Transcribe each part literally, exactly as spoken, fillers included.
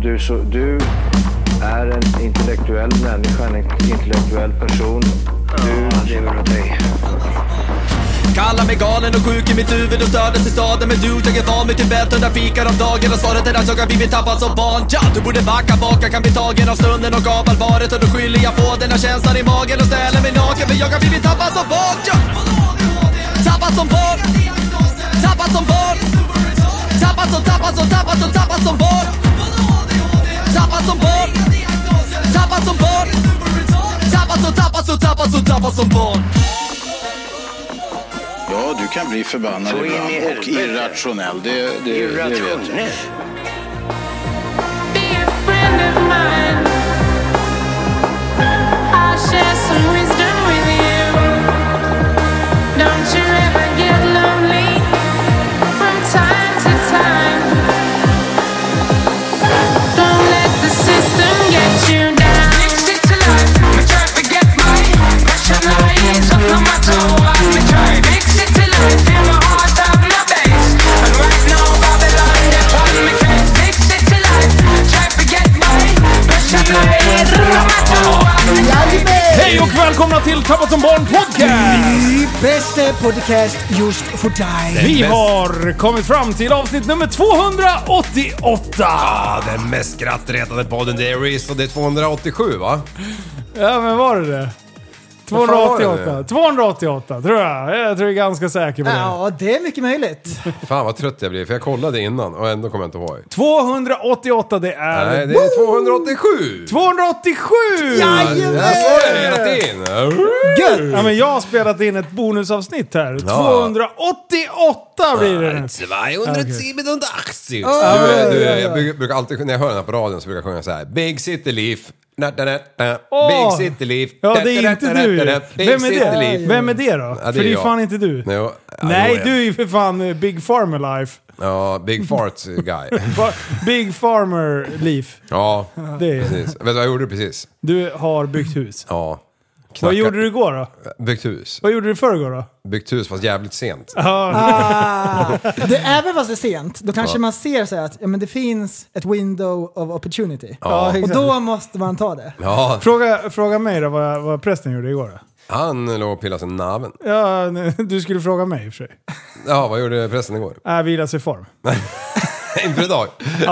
du, så, du är en intellektuell människa, en intellektuell person. Du lever åt dig. Kallar mig galen och sjuk i mitt huvud och stördes i staden. Men du, jag är van vid Tibet under fikar om dagen. Och svaret är att jag har blivit tappad som barn. Ja, du borde backa bak, jag kan bli tagen av stunden och av allvaret. Och då skyller jag på den här känslan i magen och ställer mig naken. För jag har blivit tappad som barn. Ja. Tappad som barn. Tappad som barn. Tappad som, tappad som, tappad som, tappad som barn. Tappad som barn. Tappad som barn. Tappad som, tappad som, tappad som, tappad som barn. Ja, du kan bli förbannad Så ibland in i och irrationell, det, det, det vet jag. Be a friend of mine. I'll share some wisdom with you. Don't you ever get lonely from time to time. Don't let the system get you down. Stick to life, I try to forget my pressure lines up no matter what we try. Big city life in my heart of my base. And right now Babylon they on me case. Big city life, try to forget my pressure lines no matter what we try. Hej och välkomna till Tappat som barn podcast! Bästa podcast just för dig. Vi har kommit fram till avsnitt nummer tvåhundraåttioåtta. Ja, den mest skrattretande podden, det är Reese, och det är tvåhundraåttiosju, va? Ja, men var det det? tvåhundraåttioåtta. tvåhundraåttioåtta, tror jag. Jag tror jag är ganska säker på det. Ja, det är mycket möjligt. Fan vad trött jag blir, för jag kollade innan och ändå kommer jag inte ihåg. tvåhundraåttioåtta, det är... Nej, det är tvåhundraåttiosju! tvåhundraåttiosju! Jajamän! Jag sa det hela tiden! Gött! Ja, men jag har spelat in ett bonusavsnitt här. Ja. tvåhundraåttioåtta blir det. tvåhundrasjuttioåtta! Du, du, jag brukar- brukar alltid, när jag hör den här på radion så brukar jag sjunga så här: Big City Leaf. Na, na, na, na. Åh! Big City Leaf. Ja, det är inte du. Big Vem är City det? Leaf. Vem är det då? Ja, det För är det är jag. fan inte du. Jo, ja, Nej, jo, ja. du är ju för fan eh, Big Farmer Life. Ja, Big Fart Guy. Va- Big Farmer Leaf. Ja, Det är. precis. Vet du vad jag gjorde precis? Du har byggt hus. Ja. Vad Knacka- gjorde du igår då? Byggt hus. Vad gjorde du förrgår då? Byggt hus fast jävligt sent. Ah, det är även fast det är sent, då kanske man ser så här att ja, men det finns ett window of opportunity. Ja, Och exakt. då måste man ta det. Ja, Fråga, fråga mig då vad, vad prästen gjorde igår då. han låg och pillade sig i naveln. Ja, du skulle fråga mig i och för sig. Ja, vad gjorde prästen igår? Äh, vila sig i form. Inför idag.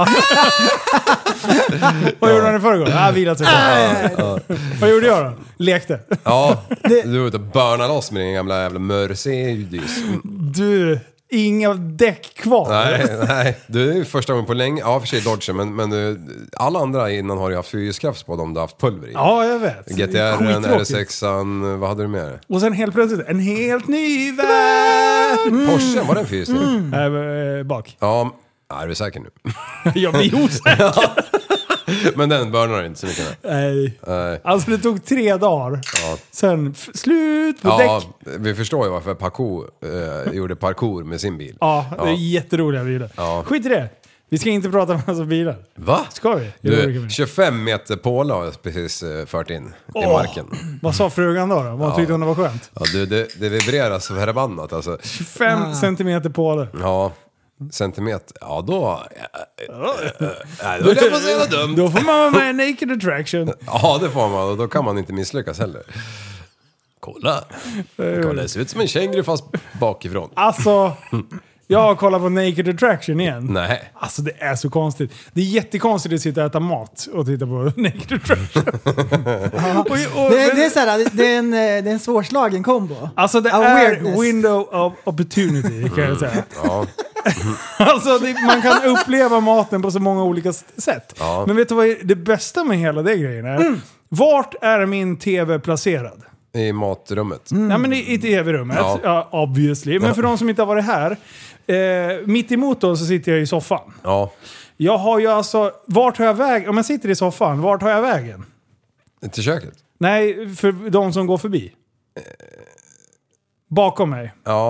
Vad gjorde han i förrgår? Äh, vila sig i form. Vad gjorde jag då? Lekte. Ja, du var ute och börnade loss med din gamla jävla Mercedes. Du, inga däck kvar. Nej, nej. Du är ju första gången på länge. Ja, för sig Dodge, men, men du, alla andra innan har ju haft fyrhjulskraft på dem du har haft pulver i. Ja, jag vet. G T R, R Skittråkigt. sexan, vad hade du med? Och sen helt plötsligt, en helt ny värld! Porsche, var det en fyrhjulsdriven? Mm. Äh, bak. Ja, ja, är du säker nu? Jag blir osäker. Men den börnar inte så mycket. Nej. Nej. Alltså det tog tre dagar. Ja. Sen f- slut på Ja, däck. vi förstår ju varför parkour eh, gjorde parkour med sin bil. Ja, det är Ja. jätteroliga bilar. Ja. Skit i det. Vi ska inte prata om massa bilar. Va? Ska vi? Jo, det kan Du, vi. tjugofem meter påla har jag precis eh, fört in i Åh, marken. Vad sa frugan då? då? Vad Ja. tyckte hon det var skönt? Ja, du, det, det vibrerar så förbannat alltså. Fem centimeter på det. Ja, centimeter. Ja, då... Nej, då är det på så jävla dumt. Då får man vara med i Naked Attraction. Ja, det får man. Och då kan man inte misslyckas heller. Kolla. Kolla, det ser ut som en känguru fast bakifrån. Alltså, jag har kollat på Naked Attraction igen. Nej. Alltså det är så konstigt. Det är jättekonstigt att sitta och äta mat och titta på Naked Attraction. och, och, Det, det är så här, det är en, det är en svårslagen kombo. Alltså det A är weirdness. window of opportunity kan jag säga. Ja. Alltså det, man kan uppleva maten på så många olika s- sätt. Ja. Men vet du vad är det bästa med hela det grejen är? Mm. Vart är min tv placerad? I matrummet. Ja, men i, i tv-rummet. Ja. Ja. Obviously. Men för de som inte har varit här. Eh, mitt emot då så sitter jag i soffan. Ja. Jag har ju alltså... Vart har jag vägen? Om jag sitter i soffan, vart har jag vägen? Till köket. Nej, för de som går förbi. Bakom mig. Ja.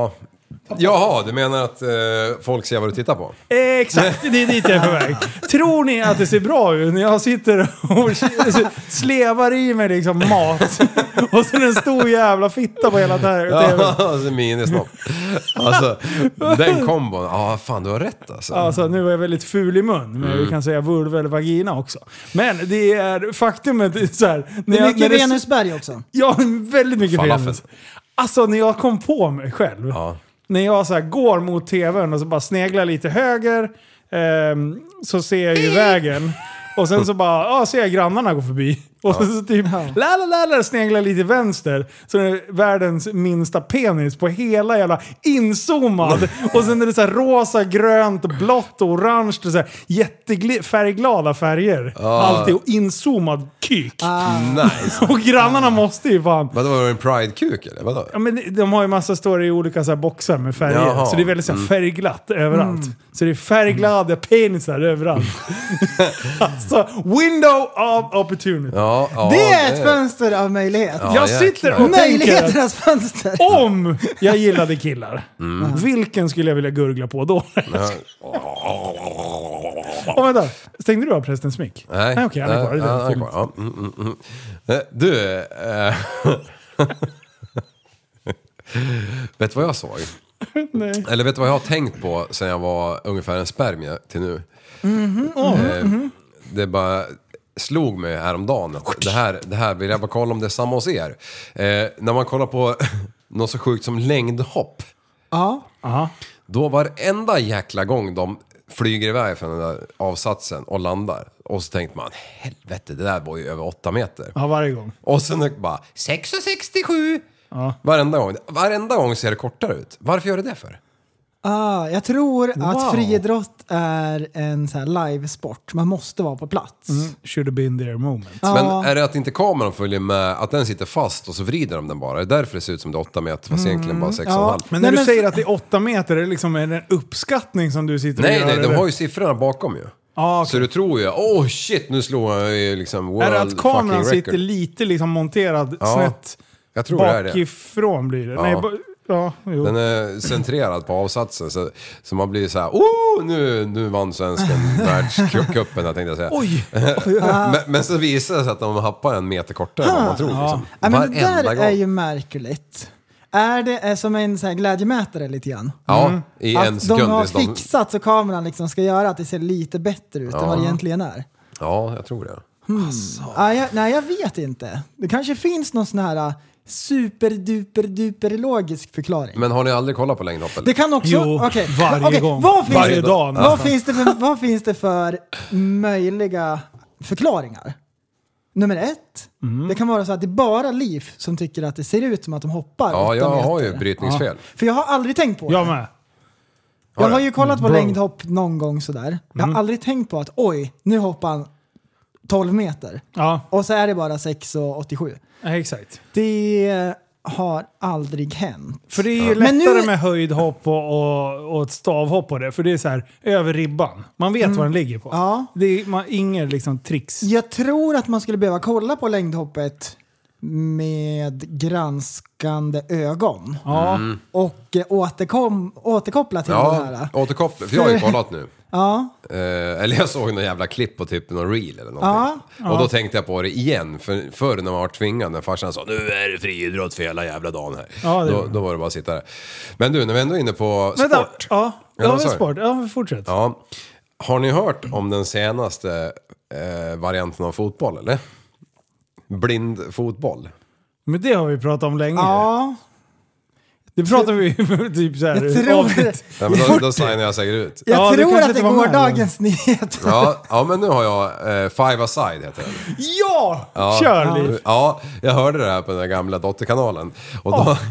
Jaha, du menar att eh, folk ser vad du tittar på? Exakt, det är dit jag är på väg. Tror ni att det ser bra ut när jag sitter och slevar i mig liksom mat och så är det en stor jävla fitta på hela där. Ja, alltså minisnopp. Alltså, den kombon. Ja, fan, du har rätt alltså. Alltså, nu är jag väldigt ful i mun, men mm. vi kan säga vulva eller vagina också. Men det är faktumet så här. Det är jag, mycket det, Venusberg också. Ja, väldigt mycket Falafel. Venus. Alltså, när jag kom på mig själv. Ja. När jag så här går mot tvn och så bara sneglar lite höger eh, så ser jag ju vägen. Och sen så bara, ja, ser jag grannarna gå förbi. Och ja. så typ, la la la la, sneglar lite vänster. Så det är världens minsta penis på hela jävla inzoomad. Och sen är det så här rosa, grönt, blått och orange. Och så här jättefärgglada färger. Ah. Alltid och inzoomad kuk. Ah. Nice. Och grannarna måste ju fan... Vadå, var det en pride-kuk eller? Vadå? Ja, men de har ju massa stora i olika så här boxar med färger. Jaha. Så det är väldigt så här färgglatt mm. överallt. Mm. Så det är färgglada mm. penisar överallt. Alltså, window of opportunity. Ja. Ja, det är ett fönster av möjlighet. Ja, jag sitter och möjligheternas fönster. Om jag gillade killar, mm. vilken skulle jag vilja gurgla på då? Ja. Oh, vänta, stängde du av prästens mick? Nej. Nej, okej, han är kvar. Ja, han är kvar. Ja. Mm, mm, mm. Du, äh... vet du vad jag såg? Nej. Eller vet du vad jag har tänkt på sen jag var ungefär en spermie till nu? Mm-hmm. Oh. Eh, mm-hmm. Det bara... slog mig häromdagen. Det här, det här vill jag bara kolla om det är samma hos er. Eh, när man kollar på något så sjukt som längdhopp. Ja. Uh-huh. Då varenda jäkla gång de flyger iväg från den där avsatsen och landar. Och så tänkte man, helvete, det där var ju över åtta meter. Ja, varje gång. Och sen bara, sex sextiosju. Ja. Varenda gång. Varenda gång ser det kortare ut. Varför gör det det för? Ah, jag tror wow. att friidrott är en så här live-sport. Man måste vara på plats. Mm. Should have been there moment. Ah. Men är det att inte kameran följer med, att den sitter fast och så vrider de den bara? Det är därför det ser ut som det är åtta meter, fast mm. egentligen bara sex och en halv. Men när Nej, du men... säger att det är åtta meter, är det liksom en uppskattning som du sitter och nej, gör? Nej, nej, de eller? har ju siffrorna bakom ju. Ah, okay. Så du tror ju, åh oh, shit, nu slår jag ju liksom world fucking record. Är det att kameran sitter record. lite liksom monterad ja, snett jag tror det är det. Bakifrån blir det? Ja. Nej, ba- ja, jo. Den är centrerad på avsatsen så, så man blir så här, oh, nu, nu vann svensken världscupen, jag tänkte jag säga. Oj. men, men så visar det sig att de happar en meter kortare än vad man tror. Ja. Liksom. Ja, men det där gång. är ju märkligt. Är det är som en så här glädjemätare lite grann? Ja, mm. i att en sekund. de har de... fixat så kameran liksom ska göra att det ser lite bättre ut ja. än vad det egentligen är. Ja, jag tror det. Hmm. Alltså. Ah, jag, nej, jag vet inte. Det kanske finns någon sån här superduper duper logisk förklaring. Men har ni aldrig kollat på längdhopp? Det kan också... Jo, okay. varje okay. gång. Vad finns varje det, dag. Vad finns, det för, vad finns det för möjliga förklaringar? Nummer ett. Mm. Det kan vara så att det är bara Liv som tycker att det ser ut som att de hoppar. Ja, jag meter. har ju brytningsfel. Ja. För jag har aldrig tänkt på det. Jag med. Jag har ju kollat på Bro. längdhopp någon gång sådär. Jag har Mm. aldrig tänkt på att oj, nu hoppar han tolv meter. Ja. Och så är det bara sex och åttiosju. Ja, exakt. Det har aldrig hänt. För det är ju ja. lättare nu... med höjdhopp och, och, och ett stavhopp på det. För det är så här, över ribban. Man vet mm. vad den ligger på. Ja. Det är man, ingen liksom tricks. Jag tror att man skulle behöva kolla på längdhoppet med granskande ögon. Ja. Mm. Och eh, återkom, återkoppla till ja, det här. återkoppla. För jag har ju kollat nu. Ja. Eh, eller jag såg någon jävla klipp på typ någon reel eller någonting. Ja. Och då tänkte jag på det igen. För förr när man var tvingad, när farsan sa nu är det friidrott för hela jävla dagen här. Ja, det då, då var det bara att sitta där. Men du, när vi ändå är inne på sport. Vänta, ja, Ja, ja, sorry. sport. Ja, fortsätt. Ja. Har ni hört om den senaste eh, varianten av fotboll, eller? Blind fotboll. Men det har vi pratat om länge. Ja. Det pratar vi typ så här. Jag tror, Ja, men då, då signar jag säkert ut. jag Ja, det tror kanske att det inte var går med, dagens nyhet. Ja, ja, men nu har jag eh, Five Aside heter den. Ja! Ja, Kör Liv. Ja, jag hörde det här på den där gamla dotterkanalen. Och då... Oh.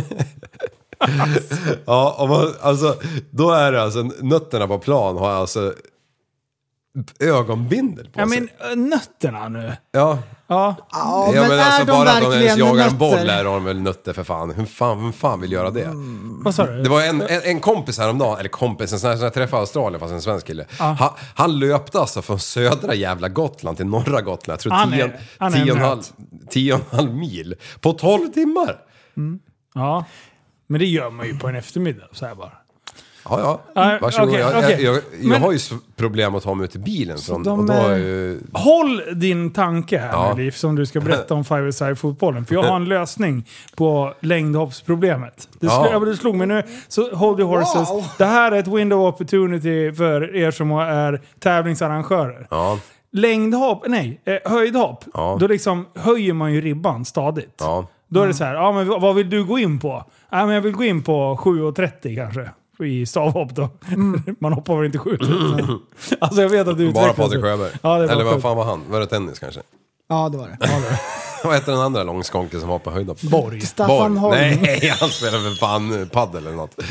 ja, och man, alltså, då är det alltså nötterna på plan har alltså ögonbindel på Ja, sig. men äh, nötterna nu. Ja. Ja. Ja, Ja, men, men är alltså de bara att de ens verkligen jagar en boll nötter? är de väl nötter för fan. Hur fan, vem fan vill göra det? Mm. Vad sa du? Det var en, en, en kompis häromdagen, eller kompis, en sån här som jag träffade i Australien fast en svensk kille. Ja. Han, han löpte alltså från södra jävla Gotland till norra Gotland. Jag tror Han är- tio, han är tio, och en en halv, nöt. tio och en halv mil på tolv timmar. Ja. Men det gör man ju på en eftermiddag, så här bara. Ja, ja. Uh, Varsågod. okay, jag, okay. jag, jag, jag Men, har ju problem att ta mig ut i bilen. Från, de och då är... är ju... Håll din tanke här, Ja. Liv, som du ska berätta om five-a-side-fotbollen. För jag har en lösning på längdhoppsproblemet. Du, Ja. slog, du slog mig nu, så hold your horses. Wow. Det här är ett window of opportunity för er som är tävlingsarrangörer. Ja, Längdhopp, nej, eh, höjdhopp. Ja. Då liksom höjer man ju ribban stadigt. ja. Då är det så här, ja men vad vill du gå in på? Ja men jag vill gå in på sju trettio kanske. I stavhopp då. Mm. Man hoppar väl inte sju trettio. Alltså jag vet att du Bara utvecklas. Patrik Sjöberg. Ja, det var Eller vad sjukt. fan var han? Var det tennis kanske? Ja, det var det. Vad heter den andra långskonken som var på höjden? Borg. Staffan Holm. Nej, han spelar för fan paddel eller något.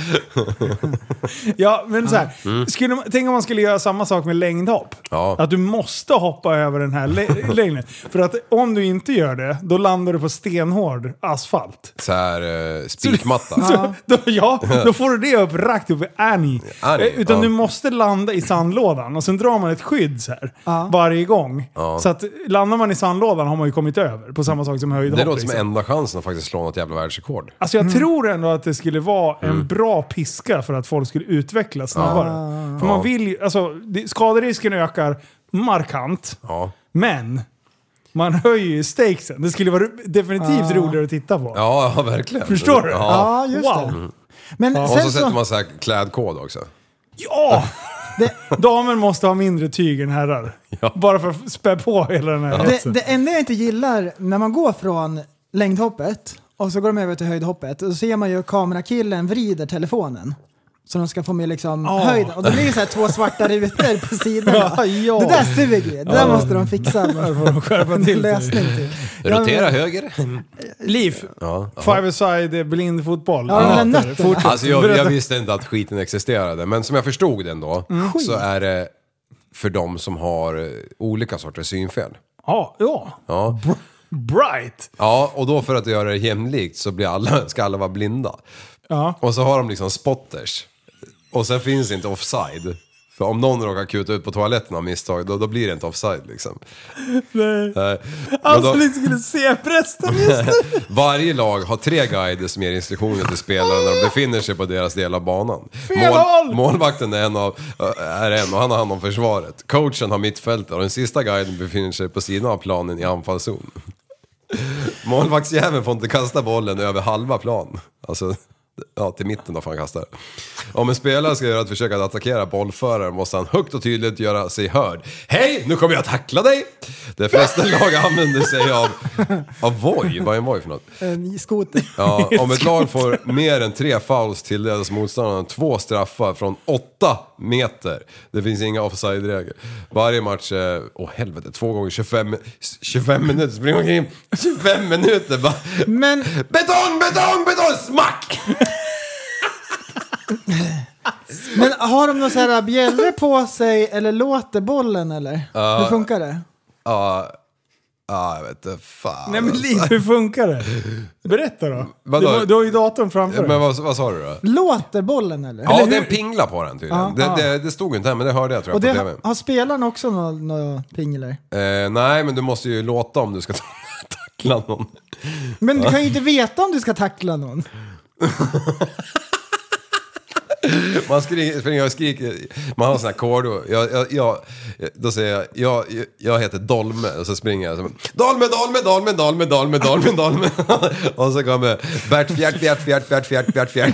Ja, men så här. Mm. Skulle, man- tänk om man skulle göra samma sak med längdhopp. Ja. Att du måste hoppa över den här lä- längden. För att om du inte gör det, då landar du på stenhård asfalt. Så här eh, spikmatta. Så, då, ja, då får du det upp rakt upp i Annie. Annie, Eh, Utan ja. du måste landa i sandlådan och sen drar man ett skydd så här Ja. varje gång. Ja. Så att landar man i sandlådan har man ju kommit över. På samma sak som höjdhopp. Det låter som liksom. enda chansen att faktiskt slå något jävla världsrekord. Alltså jag tror ändå att det skulle vara Mm. en bra piska för att folk skulle utvecklas snabbare. För man vill ju, alltså det- skaderisken ökar markant, Ja, men man höjer ju stakesen. Det skulle vara definitivt roligare att titta på. ja, ja verkligen. Förstår du? Ja. Ja, just Wow. det. Men Och sen så sätter så... man så här klädkod också. Ja! Det, Damer måste ha mindre tyg än herrar. Ja. Bara för att spä på hela den här det, hetsen. det enda jag inte gillar när man går från längdhoppet och så går de över till höjdhoppet och så ser man ju kamerakillen vrider telefonen. Så de ska få med liksom Ja. höjden. Och då blir det så här två svarta rutor på sidorna. Ja, ja. Det där suger. Det där måste de fixa. Där får de skärpa till sig. Lösning till. Rotera höger. Liv, Ja. five-a-side blindfotboll. Ja, den där Nötter. nötten. Fortsätt. Alltså jag, Berätta. jag visste inte att skiten existerade, men som jag förstod den då, Mm. så är det för de som har eh, olika sorters synfel. Ja, ja. Ja. Bright. Ja, och då för att göra det jämlikt så blir alla, ska alla vara blinda. Ja. Och så har de liksom spotters. Och sen finns inte offside. För om någon råkar kuta ut på toaletten av misstag, då, då blir det inte offside liksom. Nej. Nej. Men Alltså då, ni skulle se prästen just nu. varje lag har tre guider som ger instruktioner till spelarna när de befinner sig på deras del av banan. Fel håll! Målvakten är en, av, är en och han har hand om försvaret. Coachen har mittfältet och den sista guiden befinner sig på sidan av planen i anfallszon. Målvaktsjäveln får inte kasta bollen över halva plan. Alltså, ja, till mitten då får han kasta. Om en spelare ska göra ett försök att attackera bollföraren måste han högt och tydligt göra sig hörd. Hej, nu kommer jag tackla dig! De flesta lag använder sig av, av voj. Vad är en voj för något? En skoter. Ja, om ett lag får mer än tre fouls tilldelas motståndaren två straffar från åtta meter. Det finns inga offside-regler. Varje match, åh oh, helvete, två gånger tjugofem, tjugofem minuter. Spring omkring tjugofem minuter. Bara, Men betong, betong, betong, smack! Men har de någon så här bjällror på sig eller låter bollen eller? Uh, Hur funkar det? Ja, ja, jag vet inte, fan. Nej men Liv, hur funkar det? Berätta då. Vadå? Du, du har ju datorn framför dig. Men vad, vad sa du då? Låter bollen eller? Ja, eller det är en pingla på den tydligen. Ja, det, ja. Det, det stod inte här, men det hörde jag tror jag Och på det, tv. har spelaren också några nå pinglar? Eh, nej, men du måste ju låta om du ska ta, tackla någon. Men du kan ju inte veta om du ska tackla någon. Man skri, springer och skriker, man har sån här kodord. Jag, jag, jag, då säger jag, jag, jag heter Dolme, och så springer jag så, Dolme, Dolme, Dolme, Dolme, Dolme, Dolme, Dolme. Och så kommer Bert Fjärt, Fjärt, Fjärt, Fjärt, Fjärt, Fjärt, Fjärt.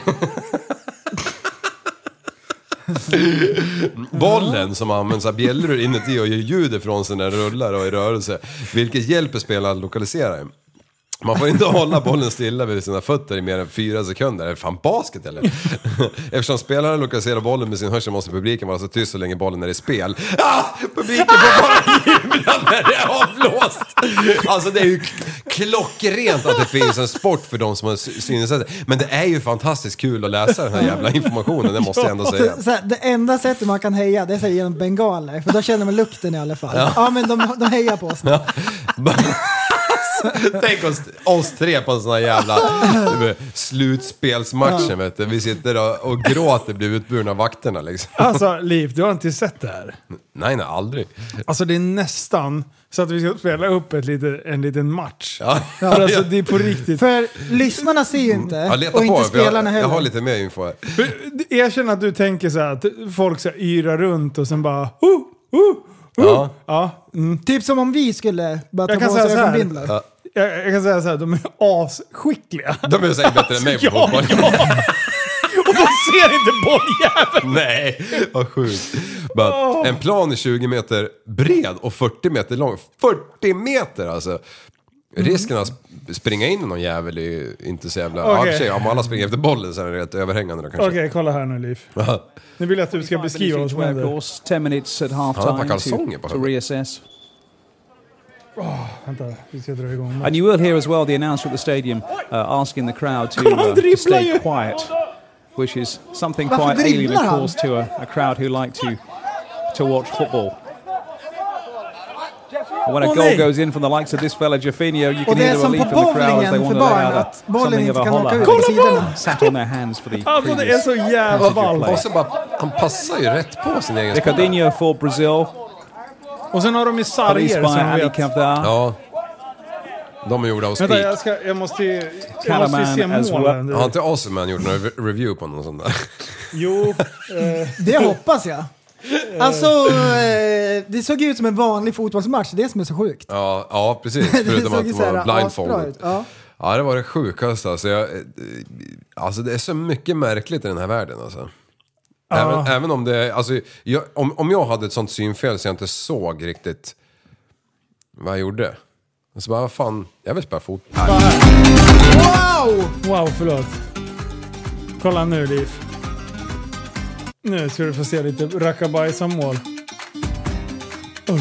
Bollen som används av bjällror inuti och ger ljud ifrån sig när den rullar och är i rörelse, vilket hjälper spelaren att lokalisera. Man får inte hålla bollen stilla vid sina fötter i mer än fyra sekunder. Är det fan basket eller? Eftersom spelaren lokaliserar bollen med sin hörsel måste publiken vara så tyst så länge bollen är i spel. Ah! Publiken får bara jubla när det är avblåst. Alltså det är ju klockrent att det finns en sport för de som har synnedsättning. Men det är ju fantastiskt kul att läsa den här jävla informationen, det måste jag ändå säga. Så här, det enda sättet man kan heja det är så här genom bengaler. För då känner man lukten i alla fall. Ja, ja men de, de hejar på oss. Ja. Tänk oss, oss tre på en sån här jävla slutspelsmatchen, ja. Vet du. Vi sitter och, och gråter, blir utburna av vakterna liksom. Alltså, Liv, du har inte sett det här? Nej, nej, aldrig. Alltså det är nästan så att vi ska spela upp ett lite, en liten match. Ja. För alltså, det är på riktigt. För lyssnarna ser ju inte, ja, och inte på, spelarna jag, heller. jag har lite mer info här. Jag känner att du tänker så här att folk ska yra runt och sen bara... Uh, uh, uh. Ja. Ja. Mm. Typ som om vi skulle bara Jag ta kan på oss säga så här. ögonbindlar. Ja. Jag, jag kan säga så här, de är asskickliga. De är säkert bättre än mig på Ja, fotboll. ja. Och de ser inte bolljäveln. Nej, vad sjukt. But, oh. En plan är tjugo meter bred och fyrtio meter lång. fyrtio meter alltså. Mm. Risken att springa in i någon jävel är inte så jävla... Okay. Ja, om alla springer efter bollen så är det rätt överhängande då kanske. Okej, okay, kolla här nu, Liv. Nu vill jag att du ska beskriva vad som händer. ten minutes at half time to, to reassess. Oh, vänta, vi ska dra igång. And you will hear as well the announcer at the stadium uh, asking the crowd to, uh, to stay quiet, which is something quite alien, of course, to a, a crowd who like to to watch football. And when a goal goes in from the likes of this fella Jeffinho, you can hear the relief in the crowd as they want to let out something of a holler. Sat on their hands for the alltså det är så jävla ballt. Och så bara, han passar ju rätt på sin egen spelare. Ricardinho for Brazil. Och sen har de ju sarger som vet. Ja. De är gjorda av spik. Vänta, jag, ska, jag måste ju jag måste se målen. Har inte Osimhen gjort någon review på någon sån där? Jo. Eh. Det hoppas jag. Alltså, eh, det såg ut som en vanlig fotbollsmatch. Det är som är så sjukt. Ja, ja precis. Förutom att det var blindfolded. Ja. Ja, det var det sjukaste. Alltså, jag, alltså det är så mycket märkligt i den här världen alltså. Även, ja. även om det alltså, jag, om, om jag hade ett sånt synfel så jag inte såg riktigt vad jag gjorde. Så bara, vad fan, jag vill spela fotboll. Wow! Wow, förlåt. Kolla nu, Liv. Nu ska du få se lite rackabajsa-mål. Oj.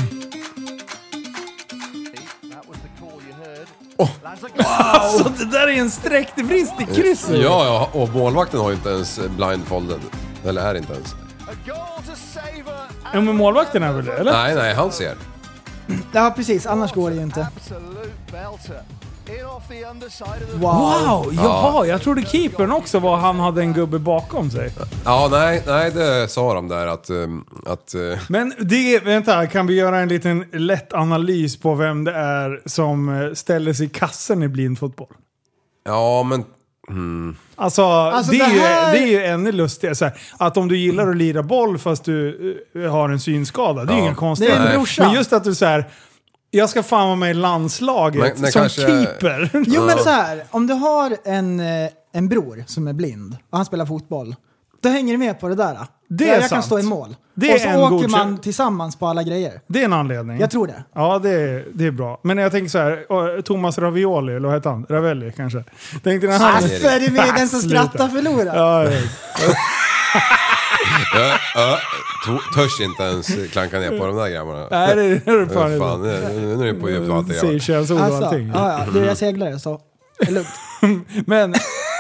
Oh. Wow! Så det där är en sträck, det finns i krysset. Ja, ja, och målvakten har ju inte ens blindfolded. Eller är inte ens. Ja, men målvakten är väl det, eller? Nej, nej, han ser. Ja, precis. Annars går det ju inte. Wow! Wow, jaha, jag trodde keepern också var han hade en gubbe bakom sig. Ja, nej, nej det sa de där att... att men det, vänta, kan vi göra en liten lätt analys på vem det är som ställer sig i kassen i blindfotboll? Ja, men... Hmm. Alltså, alltså det, det, här... är ju, det är ju ännu lustigare så här, att om du gillar att lira boll fast du uh, har en synskada, det är ju ja. inga konstigare. Men just att du så här, jag ska fan vara med i landslaget men, men som kanske... keeper. Jo men så här, om du har en, en bror som är blind och han spelar fotboll, då hänger du med på det där. Det är jag sant. kan stå i mål. Det och så är åker godkänd... man tillsammans på alla grejer. Det är en anledning. Jag tror det. Ja, det är, det är bra. Men jag tänker så här, Thomas Ravioli, eller vad heter han? Ravelli kanske. Tänkte när han... Alltså, är det med den som skrattar förlorar? Ja, ja. ja, ja, törs inte ens klanka ner på de där grabbarna. Nej, det är det fan, fan nu, nu är det på djupt vatten. Säger könsord och alltså, allting. Ja, ja, det är jag seglare så. Det är lugnt. Men...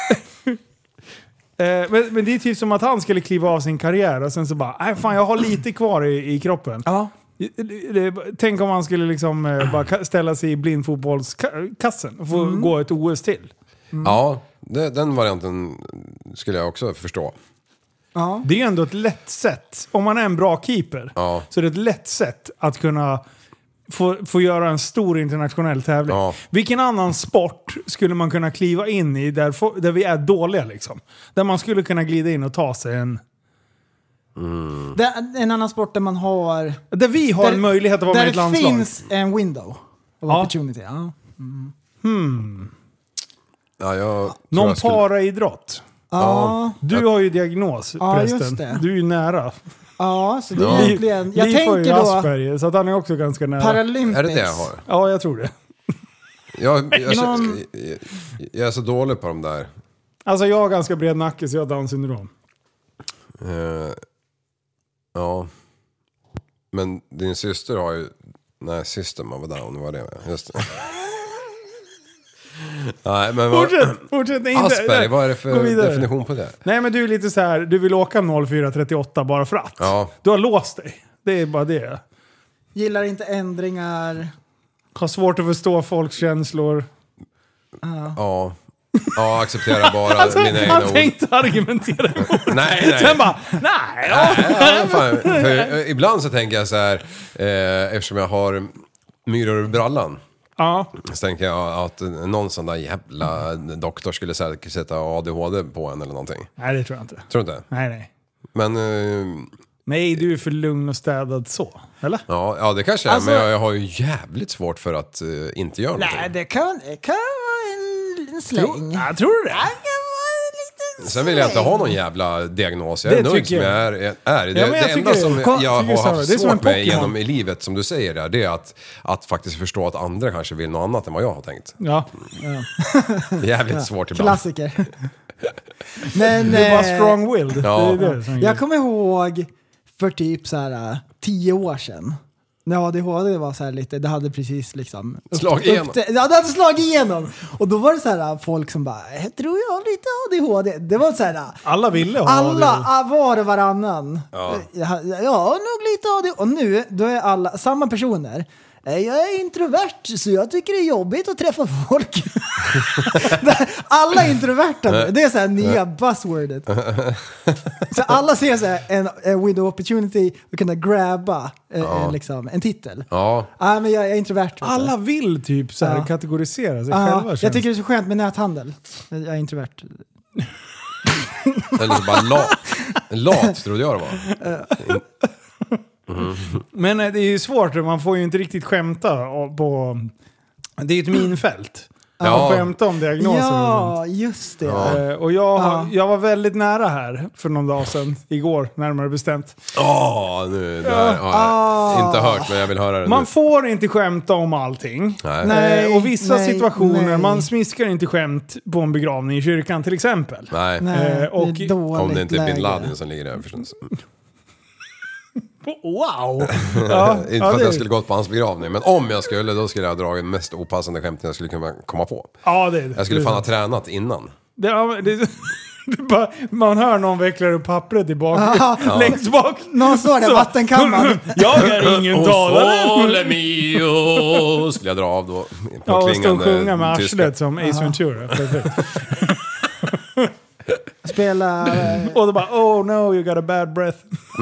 Eh, men, men det är typ som att han skulle kliva av sin karriär och sen så bara, nej fan jag har lite kvar i, i kroppen. Ja. Det, det, tänk om han skulle liksom eh, bara ställa sig i blindfotbollskassen och få mm. gå ett O S till. Mm. Ja, det, den varianten skulle jag också förstå. Ja. Det är ändå ett lätt sätt. Om man är en bra keeper ja. så är det ett lätt sätt att kunna få, få göra en stor internationell tävling. Ja. Vilken annan sport skulle man kunna kliva in i där, där vi är dåliga liksom? Där man skulle kunna glida in och ta sig en... Mm. Det, en annan sport där man har... Där vi har där, en möjlighet att vara med i ett landslag. Där det finns en window of ja. opportunity. Ja. Mm. Hmm. Ja, jag Någon jag skulle... paraidrott. Ja. Du har ju diagnos, ja, prästen. just det. Du är ju nära. Ja, så det är ja. egentligen... Jag Liv tänker då... Asperger, så att han är också ganska nära. Paralympics. Är det det jag har? Ja, jag tror det. Jag, jag, Någon... jag, jag är så dålig på de där. Alltså jag har ganska bred nacke så jag har Down syndrom. Uh, ja. Men din syster har ju... Nej, syster man var down, var det just det. Nej, men vad... Fortsätt, fortsätt. Nej, inte, Asperger, vad är det för definition på det? Nej, men du är lite så här, du vill åka noll fyra trettioåtta bara för att. Ja. Du har låst dig. Det är bara det. Gillar inte ändringar. Har svårt att förstå folks känslor. Ja. Ja, acceptera bara alltså, mina egna han ord. tänkte argumentera emot. Nej, nej. Sen bara, nej. Ja. nej ja, fan. För, ibland så tänker jag så här, eh, eftersom jag har myror i brallan. Ja. Så tänker jag att någon sån där jävla doktor skulle sätta A D H D på en eller någonting. Nej, det tror jag inte. Tror du inte? Nej, nej. Men... Eh, nej, du är för lugn och städad så, eller? Ja, ja det kanske är, Alltså, men jag, jag har ju jävligt svårt för att uh, inte göra någonting. Nej, det kan, det kan vara en, en släng. Tror, ja, tror du det? Det kan vara en liten Sen vill jag inte ha någon jävla diagnos. Jag är Det nöjd som tycker jag jag. är. är. Det, Ja, men jag det enda tycker- som kom- jag tycker har så. haft Det är som en svårt med Pokémon. genom i livet, som du säger där, det är att, att faktiskt förstå att andra kanske vill något annat än vad jag har tänkt. Ja. Det är jävligt svårt ibland. klassiker. Men, Du är bara eh, strong-willed. Ja. Det är det som jag kommer ihåg för typ så här äh, tio år sedan. När A D H D var så här lite, det hade precis liksom... Slag igenom. Upp, ja, det hade slagit igenom. Och då var det så här folk som bara, jag tror jag har lite A D H D. Det var så här... Alla ville ha Alla, det. ah, var och varannan. Ja. Ja, jag har nog lite A D H D. Och nu, då är alla samma personer. Jag är introvert så jag tycker det är jobbigt att träffa folk. Alla är introverta nu. Det är så här nya buzzwordet. Så alla ser så här en, en window opportunity att kunna grabba eh, Ja. liksom, en titel. Ja. Ja, men jag är introvert. vet du. Alla vill typ så här Ja. kategorisera sig Ja, själva. jag känns. tycker det är så skönt med näthandel. Jag är introvert. Eller så bara lat. Lat trodde jag det var. Men eh, det är ju svårt, man får ju inte riktigt skämta på... Det är ju ett minfält. Man Ja. får skämta om diagnoser. och sånt. Ja, just det. Ja. Eh, Och jag, Ja. jag var väldigt nära här för någon dag sedan, igår närmare bestämt. Åh, nu. Där har jag inte hört, men jag vill höra det Man nu. får inte skämta om allting. Nej. Nej. Eh, och vissa nej, situationer, nej. man smiskar inte skämt på en begravning i kyrkan till exempel. Nej. Nej, Eh, och- det är dåligt Om det inte är bin läge. Laden som ligger där förstås. Wow! Ja, Inte ja, för att det, jag skulle gått på hans begravning, men om jag skulle, då skulle jag dra den mest opassande skämten jag skulle kunna komma på. ja, det är det. Jag skulle det är fan ha sant. tränat innan. Det, ja, det, det är bara, man hör någon vecklar upp pappret i bak, Ja. längst bak. Någon står där Så. vattenkammad. Jag är ingen talare. mio skulle jag dra av då. Ja, och stå och sjunga med tyska. arslet som Ace Ventura. Perfekt. Spela... eh, Och då bara, oh no, you got a bad breath.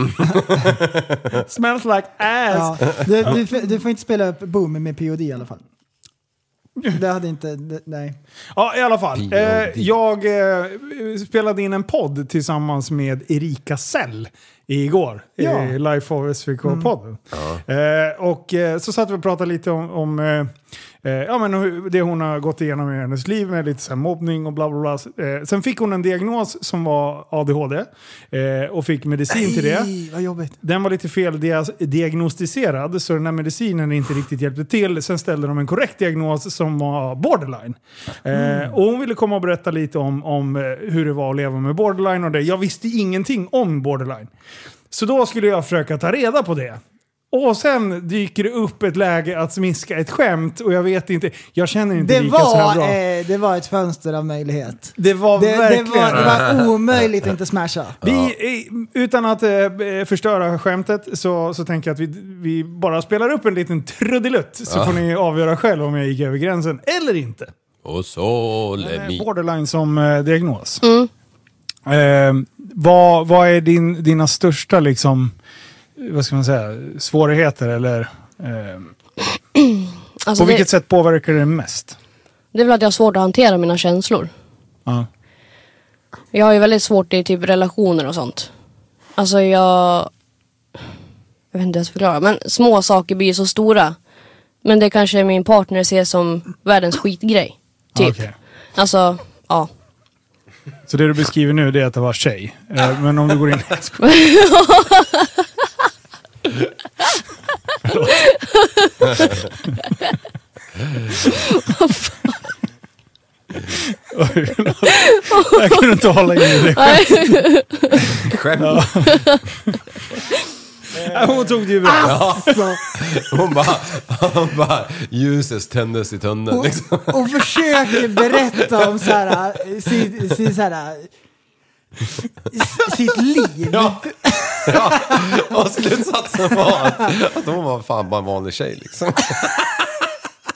Smells like ass. Ja, du, du, får- du får inte spela upp Boom med P O D i alla fall. Det hade inte... Det, nej. Ja, i alla fall. P O D. Eh, jag eh, spelade in en podd tillsammans med Erika Sell igår. Ja. I Life of S V K-podden. Eh, och eh, så satt vi och pratade lite om, om eh, eh, ja, men hur- det hon har gått igenom i hennes liv med lite så här mobbning och bla bla bla. Eh, sen fick hon en diagnos som var A D H D eh, och fick medicin till det. Nej, vad jobbigt. Den var lite fel dia- diagnostiserad, så den här medicinen inte riktigt hjälpte till. Sen ställde de en korrekt diagnos som var borderline. Eh, och hon ville komma och berätta lite om, om eh, hur det var att leva med borderline och det. Jag visste ingenting om borderline. Så då skulle jag försöka ta reda på det. Och sen dyker det upp ett läge att smiska ett skämt och jag vet inte, jag känner inte Det lika så här var, bra. eh, det var ett fönster av möjlighet. det var Det, det, verkligen... var, det var omöjligt att inte smasha. Vi, eh, utan att eh, förstöra skämtet så, så tänker jag att vi, vi bara spelar upp en liten trudelutt så Ja. får ni avgöra själv om jag gick över gränsen eller inte. Och så Eh, mi. Borderline som eh, diagnos. Eh, vad, vad är din, dina största liksom, vad ska man säga, svårigheter eller eh, Alltså på vilket det, sätt påverkar det mest? det är väl att jag har svårt att hantera mina känslor. Ja. Jag har ju väldigt svårt i typ relationer och sånt. Alltså jag... Jag vet inte hur jag ska förklara. Men små saker blir så stora. Men det kanske min partner ser som världens skitgrej. Typ. Okej. Alltså, ja. Så det du beskriver nu det är att det var tjej. Eh, men om du går in... Oj, jag kunde inte hålla in det. Skämt. Ja, hon tog det ju bra. Alltså, Hon bara, hon bara, ljuset tändes i tunneln och, liksom. och försöker berätta om så här, sitt, sitt, så här, sitt liv. Ja. Ja. Och slutsatsen var att, att hon var fan bara en vanlig tjej liksom.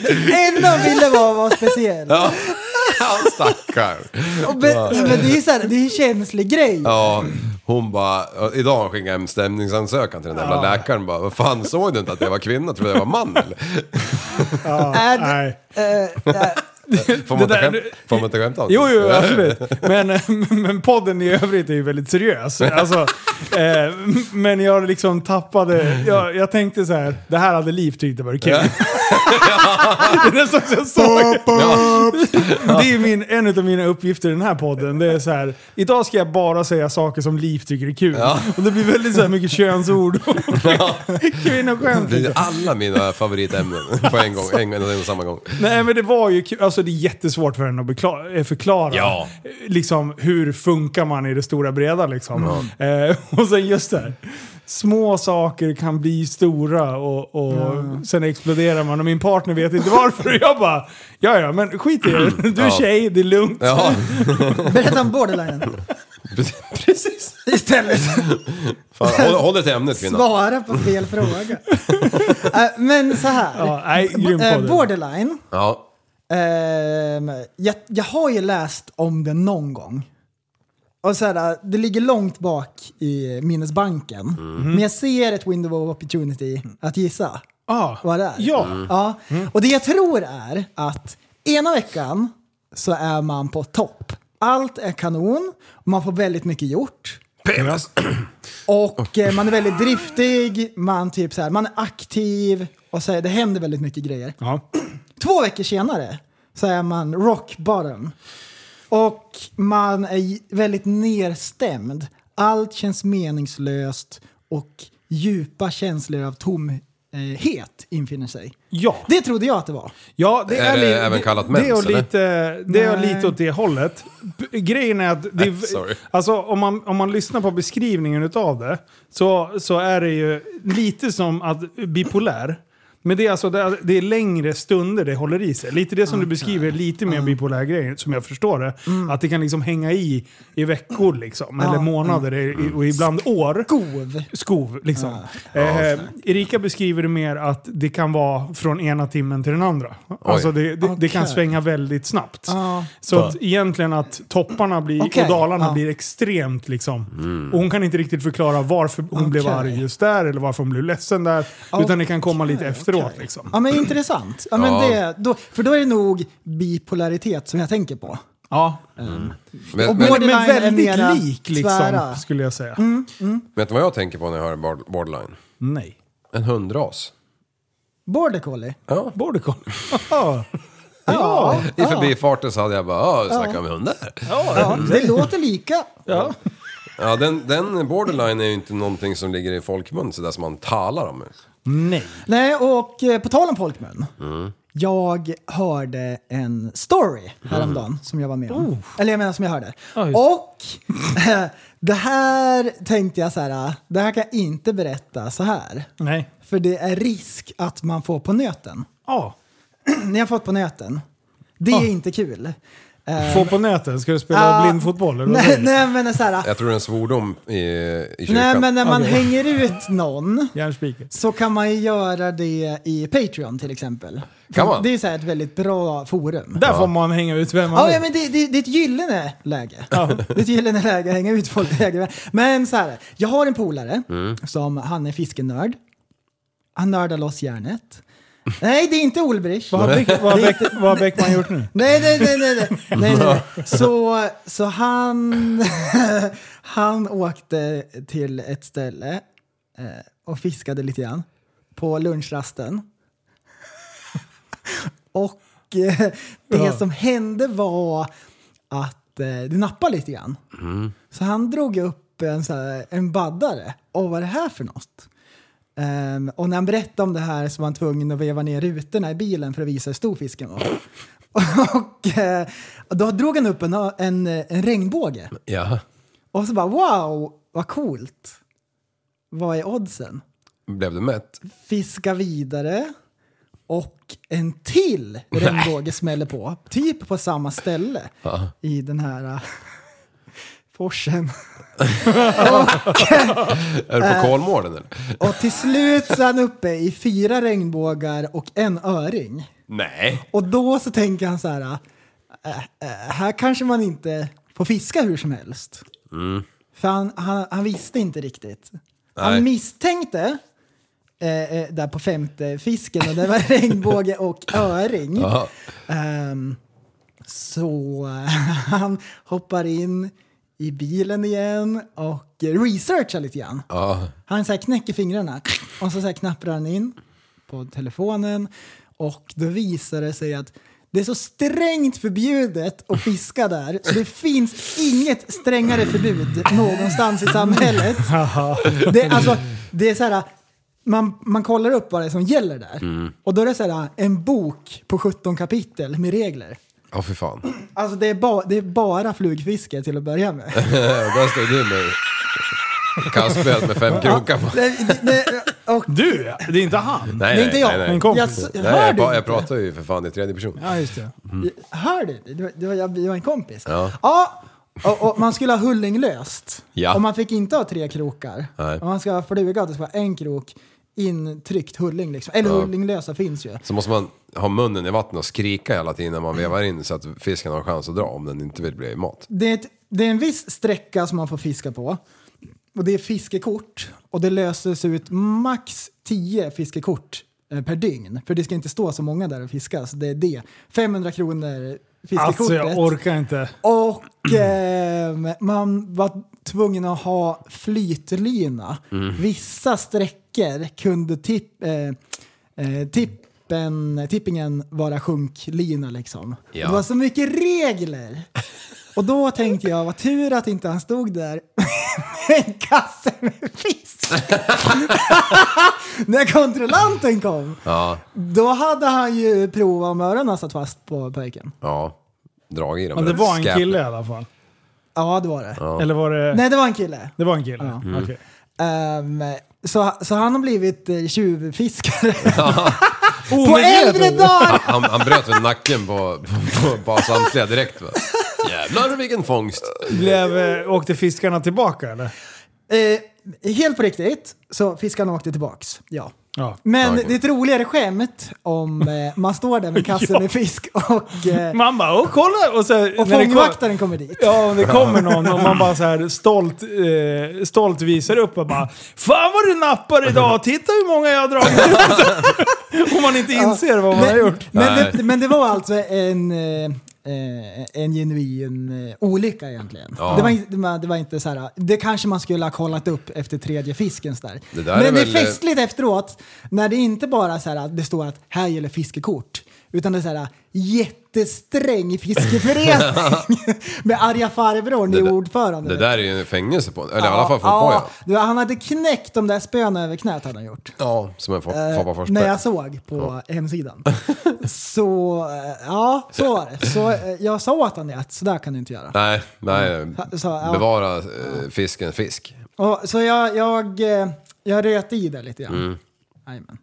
enda hon ville vara var speciell. Ja, han stackar. Och men, men det är så här, det är en känslig grej. Ja, hon bara, idag skickade jag en stämningsansökan till den där jävla Ja. läkaren. Bara, vad fan, såg du inte att jag var kvinna? Tror jag var man eller? Ja, Är det- nej. Eh, eh, Får man, Det inte, där- skämt, får man inte skämta om det? Jo, jo, absolut. Men, men podden i övrigt är ju väldigt seriös. Alltså, eh, men jag liksom tappade... Jag, jag tänkte så här, det här hade Liv tyckt det var kul. Det är nästan så jag såg. Det är min, en av mina uppgifter i den här podden. Det är så här, idag ska jag bara säga saker som Liv tycker är kul. Ja. Och det blir väldigt så här mycket könsord och kvinnoskämt. Det är alla mina favoritämnen på en gång, en, en och samma gång. Nej, men det var ju kul. Alltså det är jättesvårt för henne att bekla- eh, förklara Ja. liksom, hur funkar man i det stora breda liksom. Eh, och sen just det här. Små saker kan bli stora och, och sen exploderar man och min partner vet inte varför. Och jag bara, ja ja, men skit i det. Du är Ja. tjej, det är lugnt. Ja, Berätta om borderline. precis. Istället Fan, håll, håll dig till ämnet, kvinna. svara på fel fråga. Eh, men så här. Ja, nej, grym Eh, podd. borderline. Ja, Ehm, jag, jag har ju läst om det någon gång. Och så här, det ligger långt bak i minnesbanken. Men jag ser ett window of opportunity att gissa Ah, vad det är. ja. Ja. Och det jag tror är att ena veckan så är man på topp. Allt är kanon. Man får väldigt mycket gjort. penis. Och eh, man är väldigt driftig. Man, typ så här, man är aktiv. Och så här, det händer väldigt mycket grejer. Ja. Två veckor senare så är man rock bottom. Och man är väldigt nerstämd. Allt känns meningslöst och djupa känslor av tomhet infinner sig. Ja. Det trodde jag att det var. Ja, det är, Är det li- även kallat mens, det är eller? lite, det är Nej. lite åt det hållet. B- Grejen är att det, Sorry. alltså, om, man, om man lyssnar på beskrivningen utav det så, så är det ju lite som att bipolär. Men det är, alltså, det, är, det är längre stunder det håller i sig. Lite det som du beskriver, lite mer bipolär grejer som jag förstår det. Att det kan liksom hänga i i veckor liksom, eller månader i, och ibland år. Gov. Skov, liksom. Eh, Erika beskriver det mer att det kan vara från ena timmen till den andra. Alltså det, det, det kan Okej. svänga väldigt snabbt. Ja. Så att egentligen att topparna blir, Okej, och dalarna ja. blir extremt liksom. Och hon kan inte riktigt förklara varför hon blev Okej. arg just där eller varför hon blev ledsen där. Utan det kan komma lite efteråt okej. liksom. Ja, men intressant. Ja, men Ja. det, då, för då är det nog bipolaritet som jag tänker på. Ja. Men, Och men, Men, borderline men är väldigt mera lik liksom, tvära. skulle jag säga. vet du vad jag tänker på när jag hör bord- borderline? Nej. En hundras. Border collie. Ja. Borde kolla. Ja. Ja. I förbifarten så hade jag bara, ja, snackar med hundar. Ja, det låter lika. Ja. Ja, den, den borderline är ju inte någonting som ligger i folkmun så där som man talar om. Nej. Nej, och eh, på tal om folkmun. Jag hörde en story häromdagen som jag var med om. Eller jag menar som jag hörde. Ja, just det. Och det här tänkte jag så här, det här kan jag inte berätta så här. Nej. För det är risk att man får på nöten. Ja. Ni har fått på nöten. Det är Ja. inte kul. Eh, Få på näten. Ska du spela ah, blindfotboll? Eller vad nej, säger du? nej, men så här. Jag tror det är en svordom i, i kyrkan. Nej, men när man Okej. hänger ut någon Järnspiker. så kan man ju göra det i Patreon till exempel. Kan man? Det är så här ett väldigt bra forum. Där får man hänga ut vem man Ja, vill. ja, men det, det, det är ett gyllene läge. Det är ett gyllene läge att hänga ut folk. Men så här, jag har en polare som han är fiskenörd. Han nördar loss järnet. Nej, det är inte Olbrich. Vad har, Beck, vad, har Beck, vad har Beckman gjort nu? Nej, nej, nej, nej, nej, nej, nej, nej. Så, så han, han åkte till ett ställe eh, och fiskade lite grann på lunchrasten. Och eh, det Ja. som hände var att eh, det nappade lite grann. Så han drog upp en, så här, en baddare. Och vad är det här för något? Um, och när han berättade om det här så var han tvungen att veva ner rutorna i bilen för att visa hur stor fisken var. och uh, då drog han upp en, en, en regnbåge. Ja. Och så bara, wow, vad coolt. Vad är oddsen? Blev du mätt? Fiska vidare. Och en till regnbåge smäller på. Typ på samma ställe. Ja. I den här uh, forsen. Är du på Kolmården eller? Och till slut så är han uppe i fyra regnbågar och en öring. Nej. Och då så tänker han så här, äh, äh, här kanske man inte får fiska hur som helst. Mm. För han, han, han visste inte riktigt. Nej. Han misstänkte eh, där på femte fisken och det var regnbåge och öring. Um, så han hoppar in i bilen igen och researchar lite grann. Ja. Han så här knäcker fingrarna och så, så här knappar han in på telefonen och då visar det sig att det är så strängt förbjudet att fiska där så det finns inget strängare förbud någonstans i samhället. Det, alltså, det är så här, man, man kollar upp vad det är som gäller där. Mm. Och då är det så här, en bok på sjutton kapitel med regler. Ja, oh, för fan. Alltså det är, ba, det är bara flugfiske till att börja med. Där står du med kastspel med fem krokar på. Det, det, det, och, du, det är inte han. Nej, det är inte jag. Nej, nej. En kompis. Jag, nej, hör jag, du jag inte? pratar ju för fan i tredje person. Ja, just det. Mm. Hör du? Det var, det var, jag, jag var en kompis. Ja. Ja, och, och man skulle ha hullinglöst. Ja. Och man fick inte ha tre krokar. Nej. Och man ska ha fluga att det ska vara en krok intryckt hulling liksom. Eller ja. Hullinglösa finns ju. Så måste man ha munnen i vattnet och skrika hela tiden när man vevar in så att fisken har en chans att dra om den inte vill bli mat. Det är, ett, det är en viss sträcka som man får fiska på. Och det är fiskekort. Och det löses ut max tio fiskekort eh, per dygn. För det ska inte stå så många där och fiska. Så det är det. femhundra kronor fiskekortet. Alltså jag orkar inte. Och eh, man var tvungen att ha flytlina. Mm. Vissa sträckor kunde tipp, eh, eh, tippen, tippingen vara sjunklina liksom. Ja. Det var så mycket regler. Och då tänkte jag, vad tur att inte han stod där med en kasse med fisk. När kontrollanten kom, ja. Då hade han ju provat om öronen satt fast på pojken. Ja, drag i dem. Men det var en skräp. Kille i alla fall. Ja, det var det. Ja. Eller var det... Nej, det var en kille. Det var en kille, ja. Mm. Okej. Um, så, så han har blivit uh, tjuvfiskare. Ja. På äldre dagar! Han, han bröt väl nacken på, på, på, på samtliga direkt, va? Jävlar vilken fångst. Blev, åkte fiskarna tillbaka eller? Eh, helt på riktigt så fiskarna åkte tillbaks, ja. Ja. Men okay. det är ett roligare skämt om eh, man står där med kassen ja. Med fisk och... Eh, man bara, och kolla! Och, så, och fångvaktaren kommer dit. Ja, och det kommer någon och man bara så här stolt, eh, stolt visar upp och bara fan vad du nappar idag, titta hur många jag har dragit. Om man inte inser ja. Vad man men, har gjort. Men det, men det var alltså en... Eh, Eh, en genuin eh, olycka egentligen. Ja. Det, var inte, det, var, det var inte så här. Det kanske man skulle ha kollat upp efter tredje fisken där. Det där men är det är väl... festligt efteråt när det inte bara så här, det står att här gäller fiskekort, utan det är så här jättesträng fiskeförening med arga farbrorn i ordförande. Det där är ju en fängelse på, eller ja, i alla fall fått ja, på ja. Han hade knäckt de där spöna över knät hade han gjort. Ja, som en Foppa Forsberg. När jag såg på ja. Hemsidan. Så, ja, så var det. Så jag sa åt han det att så där kan du inte göra. Nej, nej. Så, ja. Bevara eh, fisken fisk. Och, så jag, jag, jag röt i det lite grann. Mm. Jajamän.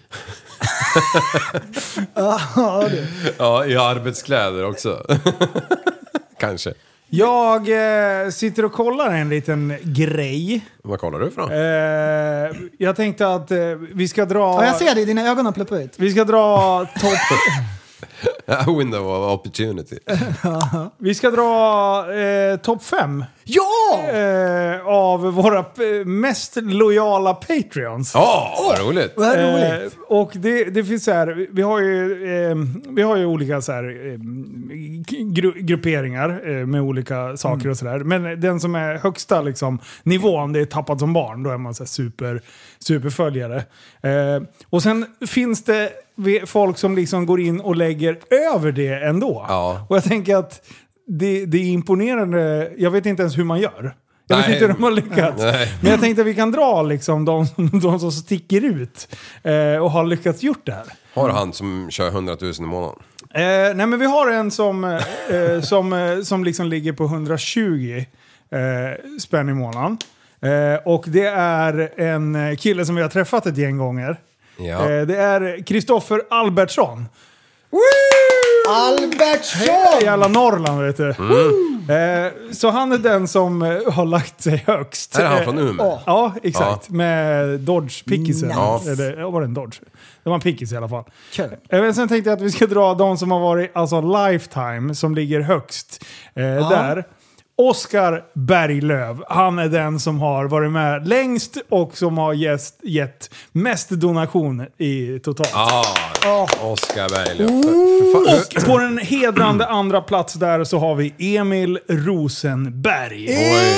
ja, ja, i arbetskläder också. Kanske. Jag eh, sitter och kollar en liten grej. Vad kollar du för? Eh, jag tänkte att eh, vi ska dra... Ja, jag ser det, dina ögon har pluppat ut. Vi ska dra topp... Window of opportunity. Vi ska dra eh, topp fem. Ja! Eh, av våra mest lojala Patreons. Ja, oh, vad roligt. Vad roligt. Eh, och det, det finns så här, vi har ju eh, vi har ju olika så här eh, gru- grupperingar eh, med olika saker mm. och så där. Men den som är högsta liksom nivån, det är Tappat som barn, då är man så här super superföljare. Eh, och sen finns det folk som liksom går in och lägger över det ändå. Ja. Och jag tänker att det, det är imponerande. Jag vet inte ens hur man gör. Jag Nej. vet inte hur de har lyckats. Nej. Men jag tänkte att vi kan dra liksom de, de som sticker ut eh, och har lyckats gjort det här. Har han som kör hundratusen i månaden? Eh, nej men vi har en som, eh, som, eh, som liksom ligger på hundratjugo eh, spänn i månaden. Eh, och det är en kille som vi har träffat ett gäng gånger. Ja. Eh, det är Kristoffer Albertsson. Woo! Albertsson! I alla Norrland, vet du. Mm. Eh, så han är den som eh, har lagt sig högst. Är han från Umeå? Eh, ja, exakt. Ja. Med Dodge Pickisen. Nice. Eller ja, var det en Dodge? Det var en Pickis i alla fall. Kul. Eh, sen tänkte jag att vi ska dra de som har varit, alltså Lifetime, som ligger högst eh, där. Oskar Berglöf, han är den som har varit med längst och som har gett, gett mest donation i totalt. Ja, ah, Oskar Berglöf. Och på den hedrande andra plats där så har vi Emil Rosenberg. Oj.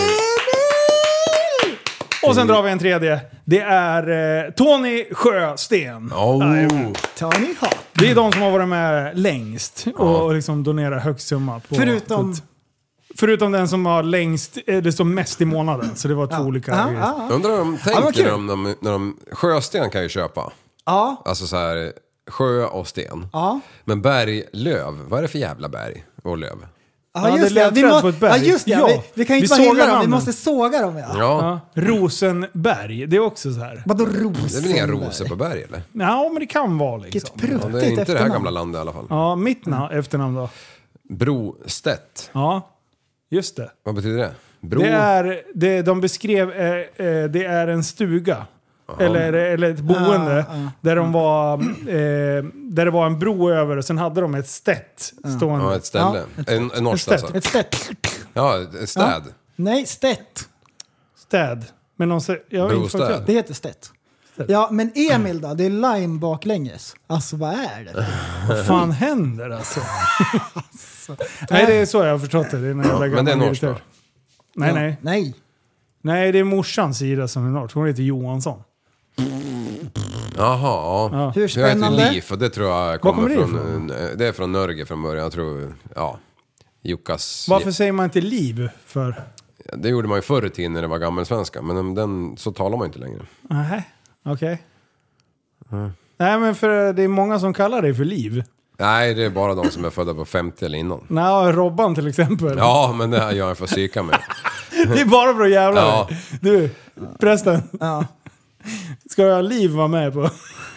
Och sen drar vi en tredje. Det är eh, Tony Sjösten. Oh. Tony Hawk. Det är de som har varit med längst och liksom donerar högst summa. På, Förutom... på, förutom den som har längst, eller som mest i månaden. Så det var två Ja. olika Ja, grejer. ja, ja. Undrar om de Ja, vad tänker kul. om de, när de... Sjösten kan ju köpa. Ja. Alltså så här, sjö och sten. Ja. Men berglöv, vad är det för jävla berg och löv? Ja, Ja, just det är det. Vi lövträd må... på ett ja, berg. just det. Ja. Vi, vi kan ju Vi inte bara sågar hylla dem, vi namnen. måste såga dem. Ja. Ja, Ja. Rosenberg, det är också så här. Vadå det är Rosenberg? väl inga rosor på berg eller? Ja, men det kan vara Vilket liksom. Ja, pruttigt det är inte det här efternamn. gamla landet i alla fall. Ja, mitt namn, efternamn då. Brostedt. Ja, just det. Vad betyder det? Bro? Det är, det, de beskrev, eh, eh, det är en stuga. Eller, eller ett boende. Ah, ah. Där de var, eh, där det var en bro över och sen hade de ett stätt stående. Ja, ett ställe. En, en norskt Ett alltså. Ett städ. Ja, ett städ. Nej, stätt. Städ. Men de säger, jag har inte Brostäd. fått Det heter stätt. Ja, men Emil då? Det är lime baklänges. Alltså, vad är det? Vad fan händer alltså? Nej, det är så jag har förstått det. Det är när jag Men det är norskt, va? Nej, Ja. nej. Nej. Nej, det är morsans sida som är norsk. Hon heter Johansson. Jaha, ja. Ja. Hur Jag spännande? heter Liv och det tror jag kommer, kommer det från... Det är från Norge från början. Jag tror, ja. Jukkas... Varför säger man inte liv för? Det gjorde man ju förr i tiden när det var gammelsvenska. Men om den, så talar man inte längre. Nej, okej. Nej, men för det är många som kallar det för liv. Nej, det är bara de som är födda på femtio eller innan. Nej, Robban till exempel. Ja, men det här gör jag för psyka med. Det är bara för att jävla Ja. dig. Du, prästen. Ja. Ska jag ha liv vara med på?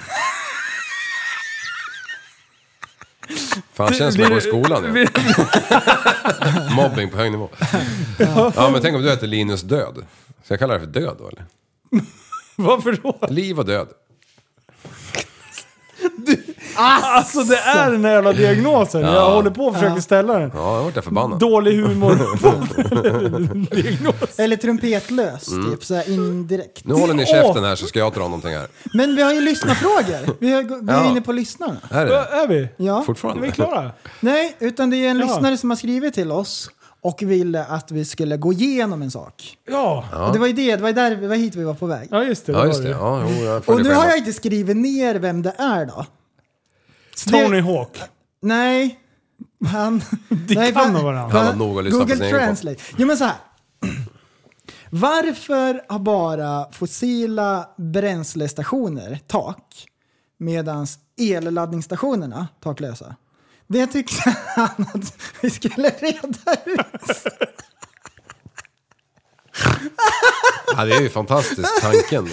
Fan, känns som jag går i skolan nu. Mobbing på hög nivå. Ja, men tänk om du heter Linus Död. Så jag kallar det för död då, eller? Varför då? Liv och död. Alltså det är den här jävla diagnosen. Jag Ja. håller på och försöker ställa den. Ja, jag vart jag förbannad. Dålig humor. Diagnos. Eller trumpetlös, typ så här indirekt. Nu håller ni käften här så ska jag dra någonting här. Men vi har ju lyssnarfrågor. Vi är, vi är Ja. inne på lyssnarna. Är Ja, det? är vi? Ja. Är Fortfarande? vi klara? Nej, utan det är en Ja. lyssnare som har skrivit till oss och ville att vi skulle gå igenom en sak. Ja. Och det var ju det, det var, där, det var hit vi var på väg. Ja, just det. Ja, var just det. Ja, jo, jag får Och det nu på har en jag gång. inte skrivit ner vem det är då. Tony Hawk. Nej. Han... Det nej, kan för- nog vara han. för- Han har nog att lyssna på Google sin egen Translate. Jo men så här. Varför har bara fossila bränslestationer tak medan elladdningsstationerna taklösa? Det tyckte han att vi skulle reda ut. Ja, det är ju fantastisk tanken.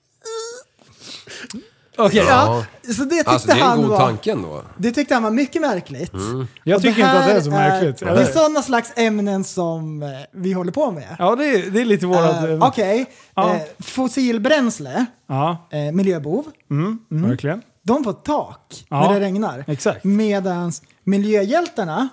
Okej. Ja, så det tyckte Alltså, det är en han god var... tanke ändå. Det tyckte han var mycket märkligt. Jag Och tycker inte att det är så här märkligt. Är, det är sådana slags ämnen som eh, vi håller på med. Ja, det är, det är lite vårat... Eh, eh, Okej, Ja. eh, fossilbränsle, Ja, eh, miljöbov, verkligen. de får tak Ja, när det regnar. exakt. Medans miljöhjältarna,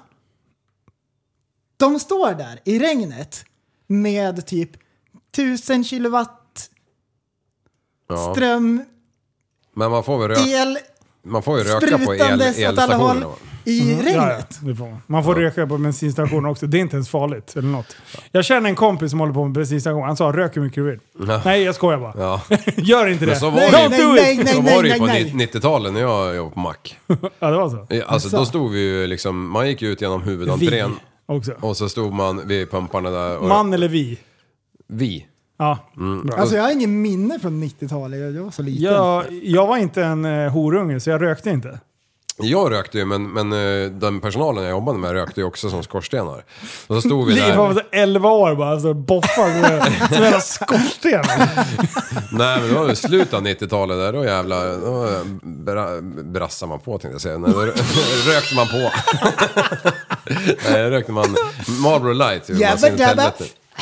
de står där i regnet med typ tusen kilowatt Ja. ström, Men man får väl röka, el, man får ju röka på el, sprutandes åt alla håll elstationerna. va? i Ja, ja, regnet. det får man. Man får röka på bensinstationer också. Det är inte ens farligt eller något. Jag känner en kompis som håller på med bensinstation. Han sa rök hur mycket du vill. Ja. Nej, jag skojar bara. Ja. Gör inte det. Men så var Nej, det, Don't nej, do nej, it! nej, så nej, var det ju nej, på nej. nittiotalet när jag jobbade på Mack. Ja, det var så. Alltså, då stod vi ju liksom, man gick ut genom Vi huvudentrén också. och så stod man vid pumparna där. Och Man eller vi? vi. Ja, Mm. bra. Alltså jag har ingen minne från nittiotalet, jag var så liten. Jag, jag var inte en eh, horunge så jag rökte inte. Jag rökte ju, men, men eh, den personalen jag jobbade med rökte ju också som skorstenar. Och så stod vi Liv där. var så elva år bara, så boffar med som jävla skorsten. Nej, men det var ju slutet av nittiotalet där, då jävlar, då bra, brassade man på tänkte jag säga. Nej, då rökte man på. Nej, rökte man Marlboro Light. Jabba dabba.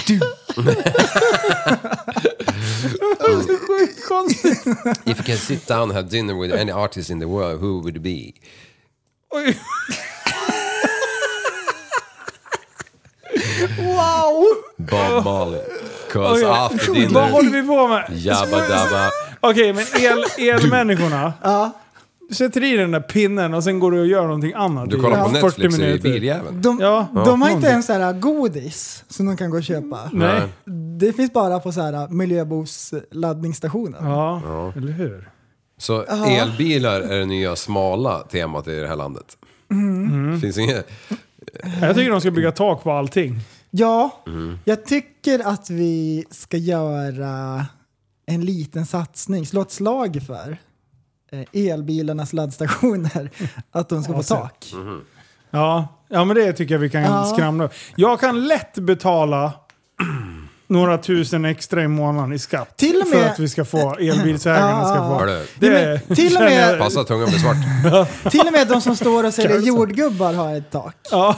Sjukt konstigt. If you can sit down and have dinner with any artist in the world, who would it be? Oj. Wow! Bob Marley. Cause Oj, after vad dinner... håller vi på med? Jabba dabba. Okej, men el, elmänniskorna. Ja. Du sätter i den där pinnen och sen går du och gör någonting annat. Du kollar i på fyrtio Netflix i minuter. biljäveln. De, Ja, de har någonting. inte ens så här godis som de kan gå och köpa. Nej. Det finns bara på så här miljöbos laddningsstationen. Ja, eller hur? Så elbilar är det nya smala temat i det här landet. Mm. Finns inget... Jag tycker de ska bygga tak på allting. Ja, Mm. jag tycker att vi ska göra en liten satsning, slå ett slag för eh, elbilarnas laddstationer, att de ska få tak. Mm. Ja, ja, men det tycker jag vi kan Ja. skramla. Jag kan lätt betala några tusen extra i månaden i skatt. Till och för med- att vi ska få elbilsägarna ska få. Hör du? Det, Men till och med- känner jag- Passa tungan blir svart. Till och med de som står och säljer jordgubbar har ett tak. Ja.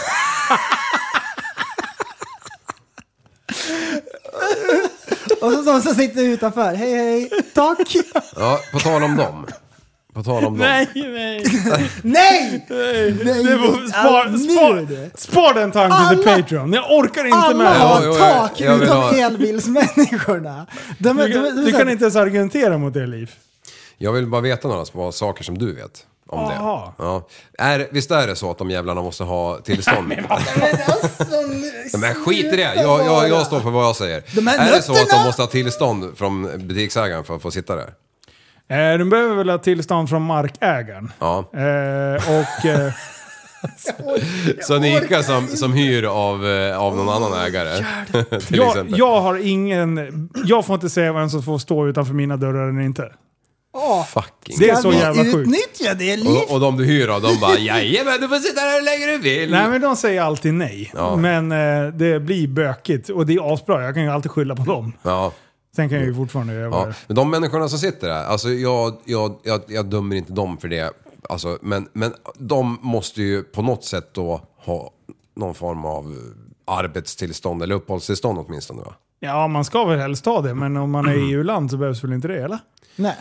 Och så de som sitter utanför, hej hej, tak! Ja, på tal om dem. På tal om dem. Nej, nej. Nej! nej. Nej, Det var, spar, nu spar, är det. spar den tanken till Alla- Patreon. Jag orkar inte Alla med. har Ja, jo, jag- tak jag vill utom ha- elbilsmänniskorna. De, är- Du, de, är- kan, de, är du så kan här- inte ens argumentera mot det, Liv. Jag vill bara veta några små saker som du vet om Aha. det. Ja. Är, visst är det så att de jävlarna måste ha tillstånd? Men alltså, Ja, men skit i det, jag, jag, jag står för vad jag säger. De här Är det så att de nötterna- måste ha tillstånd från butiksägaren för att få sitta där? Eh, de behöver väl ha tillstånd från markägaren. Ja. Eh, och... Eh, Så en Ica som, som hyr av, eh, av någon annan ägare. Till jag, exempel. jag har ingen... Jag får inte säga vem som får stå utanför mina dörrar eller inte. Fucking. Det är så vi jävla sjukt. utnyttja det, Liv? Och, och de du hyr av, de bara jajamän, du får sitta där hur länge du vill. Nej, men de säger alltid nej. Ja. Men eh, det blir bökigt och det är asbra. Jag kan ju alltid skylla på dem. Ja. Sen kan jag ju fortfarande göra Ja, det. men de människorna som sitter där, alltså jag, jag, jag, jag dömer inte dem för det, alltså, men, men de måste ju på något sätt då ha någon form av arbetstillstånd eller uppehållstillstånd åtminstone, va? Ja, man ska väl helst ha det. Men om man är E U-land så behövs väl inte det, eller? Nej.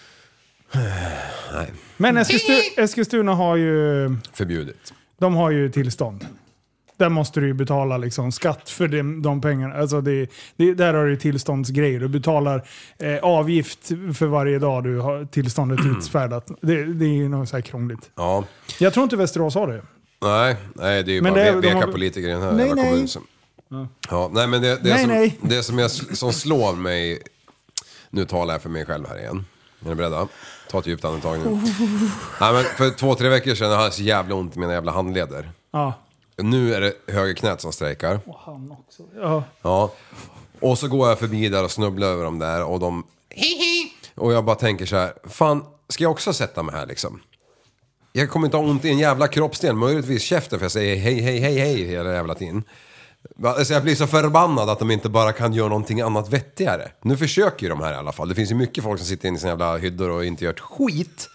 Nej, Men Eskilstuna, Eskilstuna har ju... förbjudet. De har ju tillstånd. Där måste du ju betala liksom skatt för de, de pengarna. Alltså det, det, där har du tillståndsgrejer. Du betalar eh, avgift för varje dag du har tillståndet utfärdat. Det, det är ju något så här krångligt. Ja, Jag tror inte Västerås har det. nej, nej det är ju Men bara det är- ve- de veka har- politiker i den här Nej, jävla nej. kommunen. som- Ja, nej men det, det, Nej, som, nej. det som, jag, som slår mig, nu talar jag för mig själv här igen. Är ni beredda? Ta ett djupt andetag nu. Nej, men för två, tre veckor sedan hade jag så jävla ont i mina jävla handleder. Ja. Nu är det högerknät som strejkar. Han också. Ja. Ja. Och så går jag förbi där och snubblar över dem där och de... Och jag bara tänker så här, fan, ska jag också sätta mig här liksom? Jag kommer inte ha ont i en jävla kroppsdel, möjligtvis käften för jag säger hej, hej, hej, hej hela jävla tiden. Alltså jag blir så förbannad att de inte bara kan göra någonting annat vettigare. Nu försöker ju de här i alla fall. Det finns ju mycket folk som sitter inne i sina jävla hyddor och inte gör ett skit.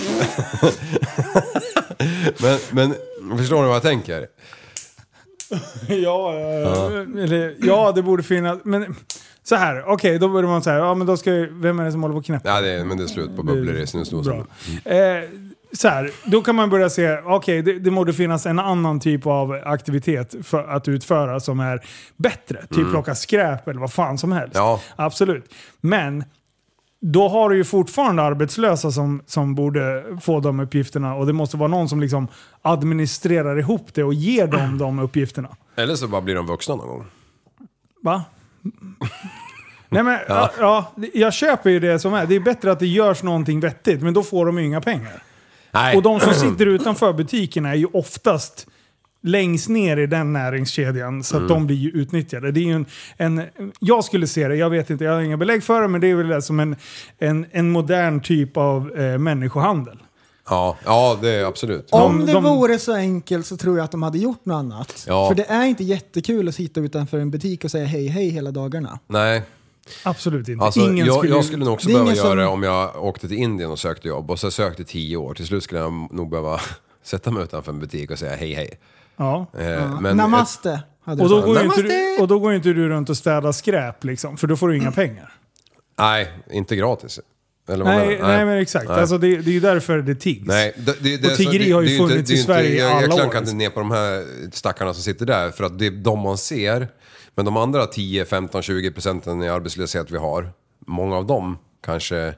men, men förstår ni vad jag tänker? Ja, ja. Eller, ja, det borde finnas. Men så här, okej, okay, då borde man säga, ja men då ska ju, vem är det som håller på att knäppa? Ja, det är, men det är slut på bubblor i snusdosan. Bra. Eh, så här, då kan man börja se, okej, okay, det, det borde finnas en annan typ av aktivitet för att utföra som är bättre. Typ Mm. plocka skräp eller vad fan som helst. Ja. Absolut. Men då har du ju fortfarande arbetslösa som, som borde få de uppgifterna och det måste vara någon som liksom administrerar ihop det och ger dem de uppgifterna. Eller så bara blir de vuxna någon gång. Va? Nej men, ja. Ja, jag köper ju det som är. Det är bättre att det görs någonting vettigt, men då får de ju inga pengar. Nej. Och de som sitter utanför butikerna är ju oftast längst ner i den näringskedjan så att Mm. de blir ju utnyttjade. Det är ju en, en, jag skulle se det, jag vet inte, jag har inga belägg för det, men det är väl det som en, en, en modern typ av eh, människohandel. Ja, ja, det är absolut. Om De- det de- vore så enkelt så tror jag att de hade gjort något annat. Ja. För det är inte jättekul att sitta utanför en butik och säga hej hej hela dagarna. Nej, Absolut inte. alltså Ingen jag, skulle, jag skulle nog också det är behöva ingen göra det som- om jag åkte till Indien och sökte jobb och så sökte tio år. Till slut skulle jag nog behöva sätta mig utanför en butik och säga hej hej. Ja. Eh, Ja. men Namaste. Hade Och du då, sagt. går ju Namaste. inte du, och då går ju inte du runt och städar skräp liksom, för då får du inga pengar. Nej, inte gratis. Eller vad Nej, menar du? nej, men exakt. Nej. Alltså det, det är ju därför det tiggs. Nej, det, det, det, Och tiggeri så, har ju det är inte- funnits det är i inte- Sverige i jag, alla jag år, klankar inte liksom. ner på de här stackarna som sitter där, för att det är de man ser. Men de andra tio, femton, tjugo procenten i arbetslöshet vi har, många av dem kanske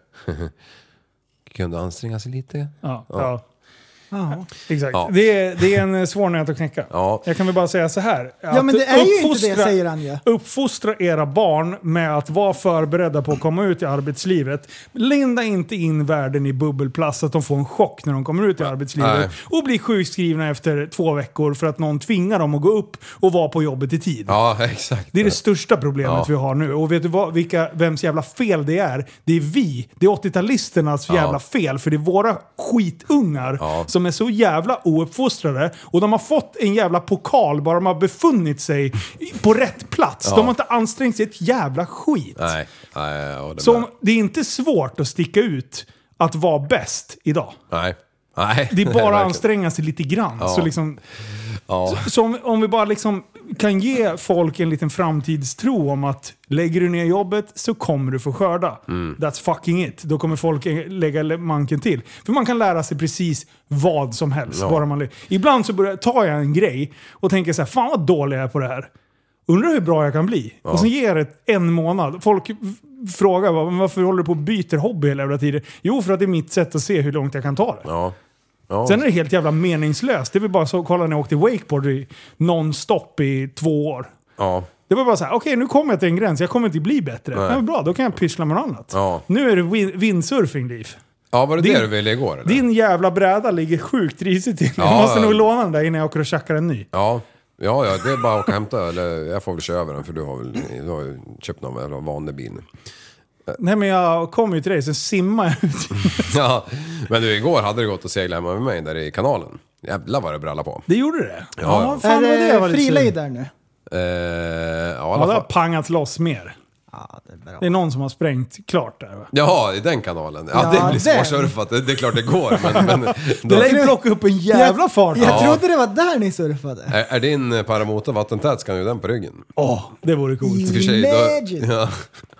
kunde anstränga sig lite. Ja, ja. Ja. Exakt. Ja. Det, är, det är en svår nöt att knäcka. Ja. Jag kan väl bara säga så här. Ja, men det är ju inte det, säger han ju. Uppfostra era barn med att vara förberedda på att komma ut i arbetslivet. Linda inte in världen i bubbelplast så att de får en chock när de kommer ut i arbetslivet. Nej. Och blir sjukskrivna efter två veckor för att någon tvingar dem att gå upp och vara på jobbet i tid. Ja, exakt. Det är det största problemet Ja. vi har nu. Och vet du vad, vilka, vems jävla fel det är? Det är vi. Det är åttio-talisternas Ja. jävla fel. För det är våra skitungar Ja. som är så jävla ouppfostrade. Och de har fått en jävla pokal bara de har befunnit sig i- på rätt plats. Ja. De har inte ansträngt sig ett jävla skit. Nej, nej, och det Så med. det är inte svårt att sticka ut att vara bäst idag. Nej. Nej. Det är bara att Verkligen. anstränga sig lite grann. Ja. Så liksom, Ja. så om, om vi bara liksom kan ge folk en liten framtidstro om att lägger du ner jobbet så kommer du få skörda. Mm. That's fucking it. Då kommer folk lägga manken till. För man kan lära sig precis vad som helst. Ja. Bara man, ibland så börjar, tar jag en grej och tänker så här, fan vad dålig jag är på det här. Undrar hur bra jag kan bli. Ja. Och så ger det en månad. Folk f- frågar "Va- men varför håller du på och byter hobby hela jävla tiden? Jo, för att det är mitt sätt att se hur långt jag kan ta det. Ja. Ja. Sen är det helt jävla meningslöst. Det är väl bara så, kolla när jag åkte wakeboard i non-stop i två år. Ja. Det var bara så här, okej nu kommer jag till en gräns, jag kommer inte bli bättre. Nej. Men bra, då kan jag pyssla med något annat. Ja. Nu är det win- windsurfing, Liv. Ja, var det Din- det du ville igår eller? Din jävla bräda ligger sjukt risigt till. Jag Ja, måste ja. nog låna den där innan jag åker och tjackar en ny. Ja. Ja, ja, det är bara att åka och hämta, eller jag får väl köra över den för du har väl du har ju köpt någon jävla vanlig bil nu. Nej men jag kom ju till dig, sen simmar jag ut. Ja, men du, igår hade det gått att segla hemma med mig där i kanalen. Jävlar vad det brallade på. Det gjorde det? Ja, Ja, ja. fan Är det var det jag var det lite frilejd sur. där nu? Eh, ja, i Ja, alla det har fall. pangat loss mer. Ja, det är bra. Det är någon som har sprängt klart där va? Jaha, i den kanalen. Ja, Ja, det blir den. svårsurfat. Det, det är klart det går. Men, men Det lär ju plocka upp en jävla fart. Jag, jag Ja. trodde det var där ni surfade. är, är din eh, paramotor vattentät ska du den på ryggen. Åh, det vore coolt. I och för sig, då- Imagine. Ja.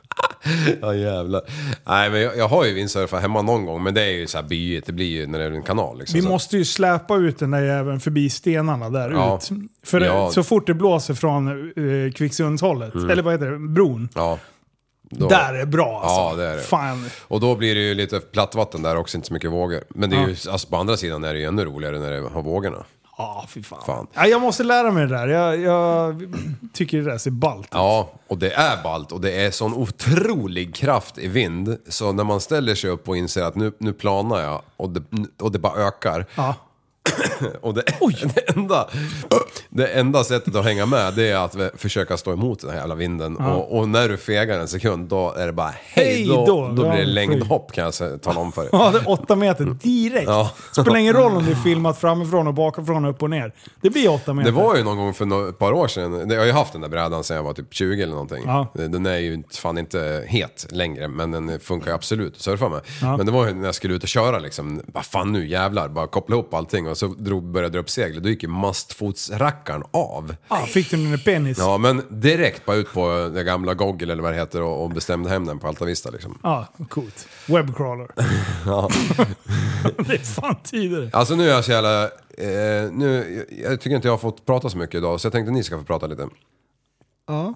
Ja jävlar. Nej men jag, jag har ju windsurfat hemma någon gång, men det är ju så här byigt, det blir ju när det är en kanal liksom. Vi så. måste ju släpa ut den där jäveln förbi stenarna där Ja. ut. För Ja. det, så fort det blåser från eh, Kvicksundshållet, eller vad heter det, bron. Ja. Då. Där är bra alltså. Ja, det är det. Fan. Och då blir det ju lite plattvatten där också, inte så mycket vågor. Men det är ju, alltså på andra sidan är det ju ännu roligare när det har vågorna. Ja, fy fan. Fan. Ja, jag måste lära mig det där. Jag, jag tycker det där ser ballt ut. Ja, och det är ballt och det är sån otrolig kraft i vind. Så när man ställer sig upp och inser att nu, nu planar jag och det, och det bara ökar. Ja. Och det, det, enda, det enda sättet att hänga med, det är att vi- försöka stå emot den här jävla vinden. Ja. Och, och när du fegar en sekund, då är det bara hej Hej då. då. Då blir det Ja, längdhopp kan jag säga- tala om för dig. Ja, det är åtta meter direkt. Ja. Spelar ingen roll om det är filmat framifrån och bakifrån, upp och ner. Det blir åtta meter. Det var ju någon gång för nå- ett par år sedan, jag har ju haft den där brädan sedan jag var typ tjugo eller någonting. Ja. Den är ju inte- fan inte het längre, men den funkar ju absolut att surfa med. Ja. Men det var ju när jag skulle ut och köra liksom, bara fan nu jävlar, bara koppla ihop allting och så drog, började jag dra upp seglet, då gick ju mastfotsrackaren av. Ah, fick du den där penis? Ja, Ja, men direkt bara ut på det gamla Google eller vad det heter och, och bestämde hem den på Alta Vista liksom. ah, coolt. Webcrawler. Ja. Det är fan tider. Alltså nu är jag så jävla, eh, nu, jag, jag tycker inte jag har fått prata så mycket idag, så jag tänkte att ni ska få prata lite. Ja.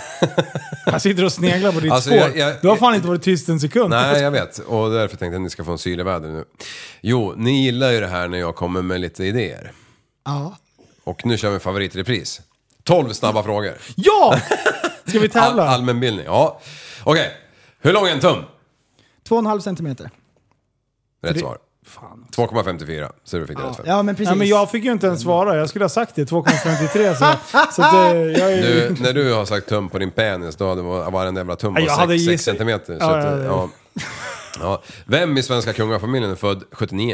Jag sitter och sneglar på ditt Alltså, spår. jag- jag- du har fan inte varit tyst en sekund. Nej, jag vet. Och därför tänkte jag att ni ska få en syl i väder nu. Jo, ni gillar ju det här när jag kommer med lite idéer. Ja. Och nu kör vi favoritrepris. tolv snabba frågor. Ja! Ska vi tävla? All, allmänbildning, ja. Okej, hur lång är en tum? Två och en halv centimeter. Rätt Tre- svar. Fan. två komma femtiofyra, så du fick det rätt för. Ja, men precis. Ja, men jag fick ju inte ens svara. Jag skulle ha sagt det. två komma femtiotre. Så, så att, eh, jag är Du, när du har sagt tum på din penis, då hade var var en jävla tum Ja, jag på hade sex gissat- centimeter. Så Ja, att, ja, ja. ja. Ja. Vem i svenska kungafamiljen är född sjuttionio?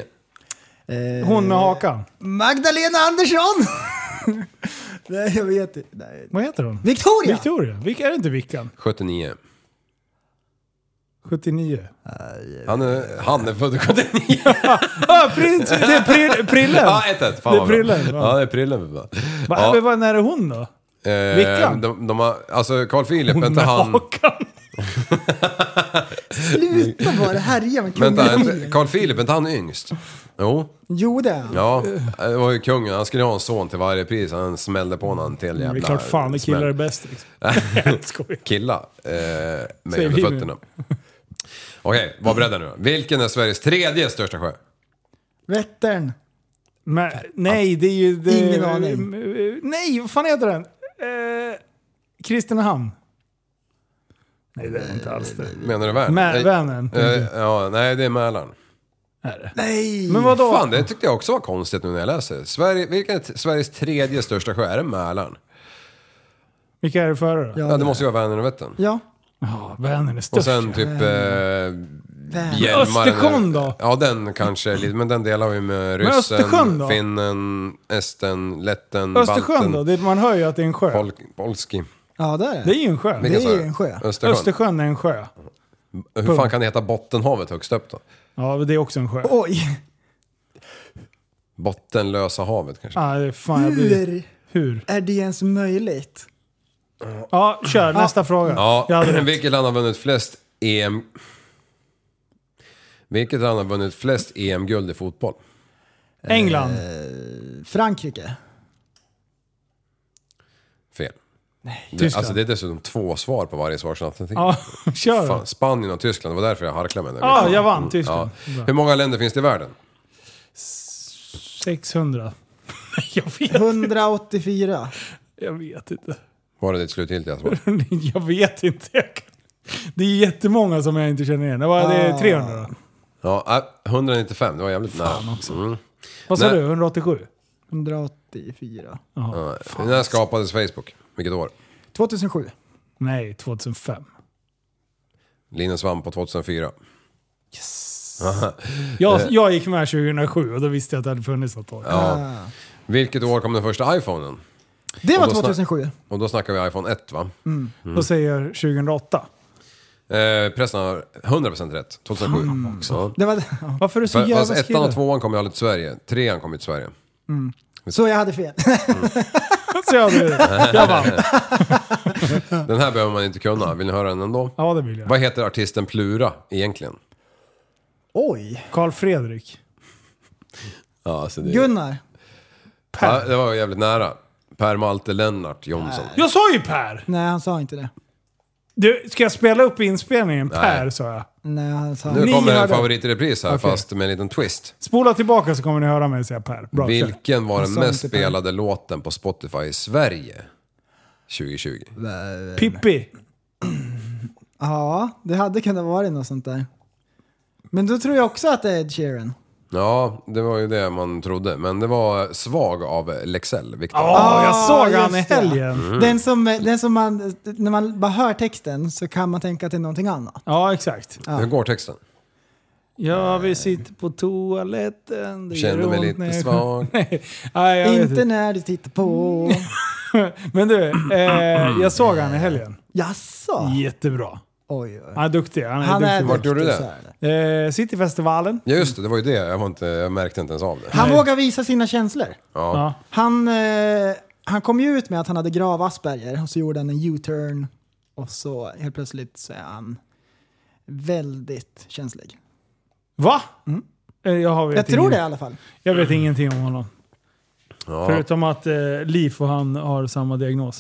Eh, Hon med hakan. Magdalena Andersson! Nej, jag vet inte. Nej. Vad heter hon? Victoria! Victoria. Vilka är det inte Vickan? sjuttionio. sjuttionio. Han är, han är född sjuttionio. ah, prins, det är pri, Prillen. Ja, ett ett. Fan det är vad bra. Prillen. Ja. Ja, det är Prillen. Va, Ja. Vad när är hon då? Eh, Vickan? de, de har, alltså Carl Philip, Hon inte med han... hakan. Sluta bara härja med Vänta, kungafamiljen. inte- Carl Philip, inte han yngst? Jo. Jo det. Ja, det var ju kungen. Han skulle ha en son till varje pris. Han smällde på någon till jävla... Det är klart fan, det killar är bäst liksom. Jag skojar. Killa eh, med Säg över vi. fötterna. Okej, var beredda nu då. Vilken är Sveriges tredje största sjö? Vättern. Men, nej, det är ju... Det, Ingen aning. Nej, vad fan heter den? Eh, Kristinehamn. Nej, det är inte alls det. Menar du Vänern? Mä- Nej. Vänern. Eh, ja, nej, det är Mälaren. Är det? Nej. Men vadå? Fan, det tyckte jag också var konstigt nu när jag läser. Sverige, vilken är t- Sveriges tredje största sjö? Är det Mälaren? Vilka är det före då? Ja, det måste ju vara Vänern och Vättern. Ja. Ja, Vänern är störst. Och sen typ... Eh, Hjälmaren. Östersjön då? Ja, den kanske är lite, men den delar vi med Men Östersjön ryssen, då? finnen, esten, letten, Östersjön balten, då? Det, man hör ju att det är en sjö. pol, polski. Ja, det är Det det. är ju en sjö. Vilka Det sa är jag? ju en sjö. Östersjön. Östersjön är en sjö. Hur fan kan det heta Bottenhavet högst upp då? Ja, det är också en sjö. Oj. Bottenlösa havet kanske? Ja, det är fan, jag blir... Hur Hur? är det ens möjligt? Ja, kör nästa fråga. Ja, Jag hade rätt. vilket land har vunnit flest E M... Vilket land har vunnit flest E M-guld i fotboll? England. Frankrike. Fel. Det, Tyskland. alltså det är dessutom två svar på varje svarsalternativ. Ja, kör. Fan, Spanien och Tyskland, det var därför jag harklade med det. Ja, jag vann Tyskland. Ja. Hur många länder finns det i världen? sexhundra. Jag vet, hundraåttiofyra. jag vet inte. Var det ditt slutgiltiga svar? Jag vet inte. Jag kan- Det är jättemånga som jag inte känner igen. Det var det är trehundra då. Ja, äh, etthundranittiofem, det var jävligt nära. också. Mm. Vad sa Nej. du? hundraåttiosju? hundraåttiofyra. Jaha. Ja, när skapades Facebook? Vilket år? tvåtusendsju. Nej, tvåtusenfem. Linus vann på tvåtusenfyra. Jag, jag gick med tjugohundrasju och då visste jag att det hade funnits något år. Ja. Ah. Vilket år kom den första iPhonen? Det var Och då snack- tvåtusensju. Och då snackar vi iPhone ett, va? Då säger jag tjugohundraåtta. Eh, pressen har hundra procent rätt. tvåtusensju. Ja. Det var det. Varför är du så För, jävla fast ettan och skillad? tvåan kom ju aldrig till Sverige. Trean kom ju till Sverige. Så jag hade fel. Så jag, jag vann. Den här behöver man inte kunna. Vill ni höra den ändå? Ja, det vill jag. Vad heter artisten Plura egentligen? Oj. Carl Fredrik. Ja, alltså det, Gunnar. ja, det var jävligt nära. Per Malte Lennart Jonsson. Jag sa ju Per! Nej, han sa inte det. Du, ska jag spela upp inspelningen? Per, Nej. sa jag. Nej, han sa... Nu Ni kommer en hörde- favoritrepris här, Okej. fast med en liten twist. Spola tillbaka så kommer ni höra mig säga Per. Bra, kör. Vilken var den sa mest inte Per. spelade låten på Spotify i Sverige tjugo-tjugo? Pippi. Ja, det hade kunnat vara något sånt där. Men då tror jag också att det är Ed Sheeran. Ja, det var ju det man trodde. Men det var Svag av Lexell, Victor. Ja, jag såg han i just det. helgen. Den som, den som man, när man bara hör texten så kan man tänka att det är någonting annat. Ja, exakt. Hur går texten? Ja, vi sitter på toaletten. Det Kände gör mig ont lite när jag- svag. Nej, nej, jag vet Inte inte. när du tittar på... Men du, eh, jag såg han i helgen. Jaså? Jättebra. Oj, oj. Han är duktig. Han är Han är duktig. Vart gjorde du duktig, det? så är det. Eh, Cityfestivalen. Ja just det, det var ju det. Jag, var inte, jag märkte inte ens av det. Han Nej. vågar visa sina känslor. Ja. Ja. Han, eh, han kom ju ut med att han hade grav Asperger och så gjorde han en U-turn och så helt plötsligt så är han väldigt känslig. Va? Eh, Jag, har vet Jag tror ingen, det i alla fall. Jag vet ingenting om honom. Ja. Förutom att eh, Liv och han har samma diagnos.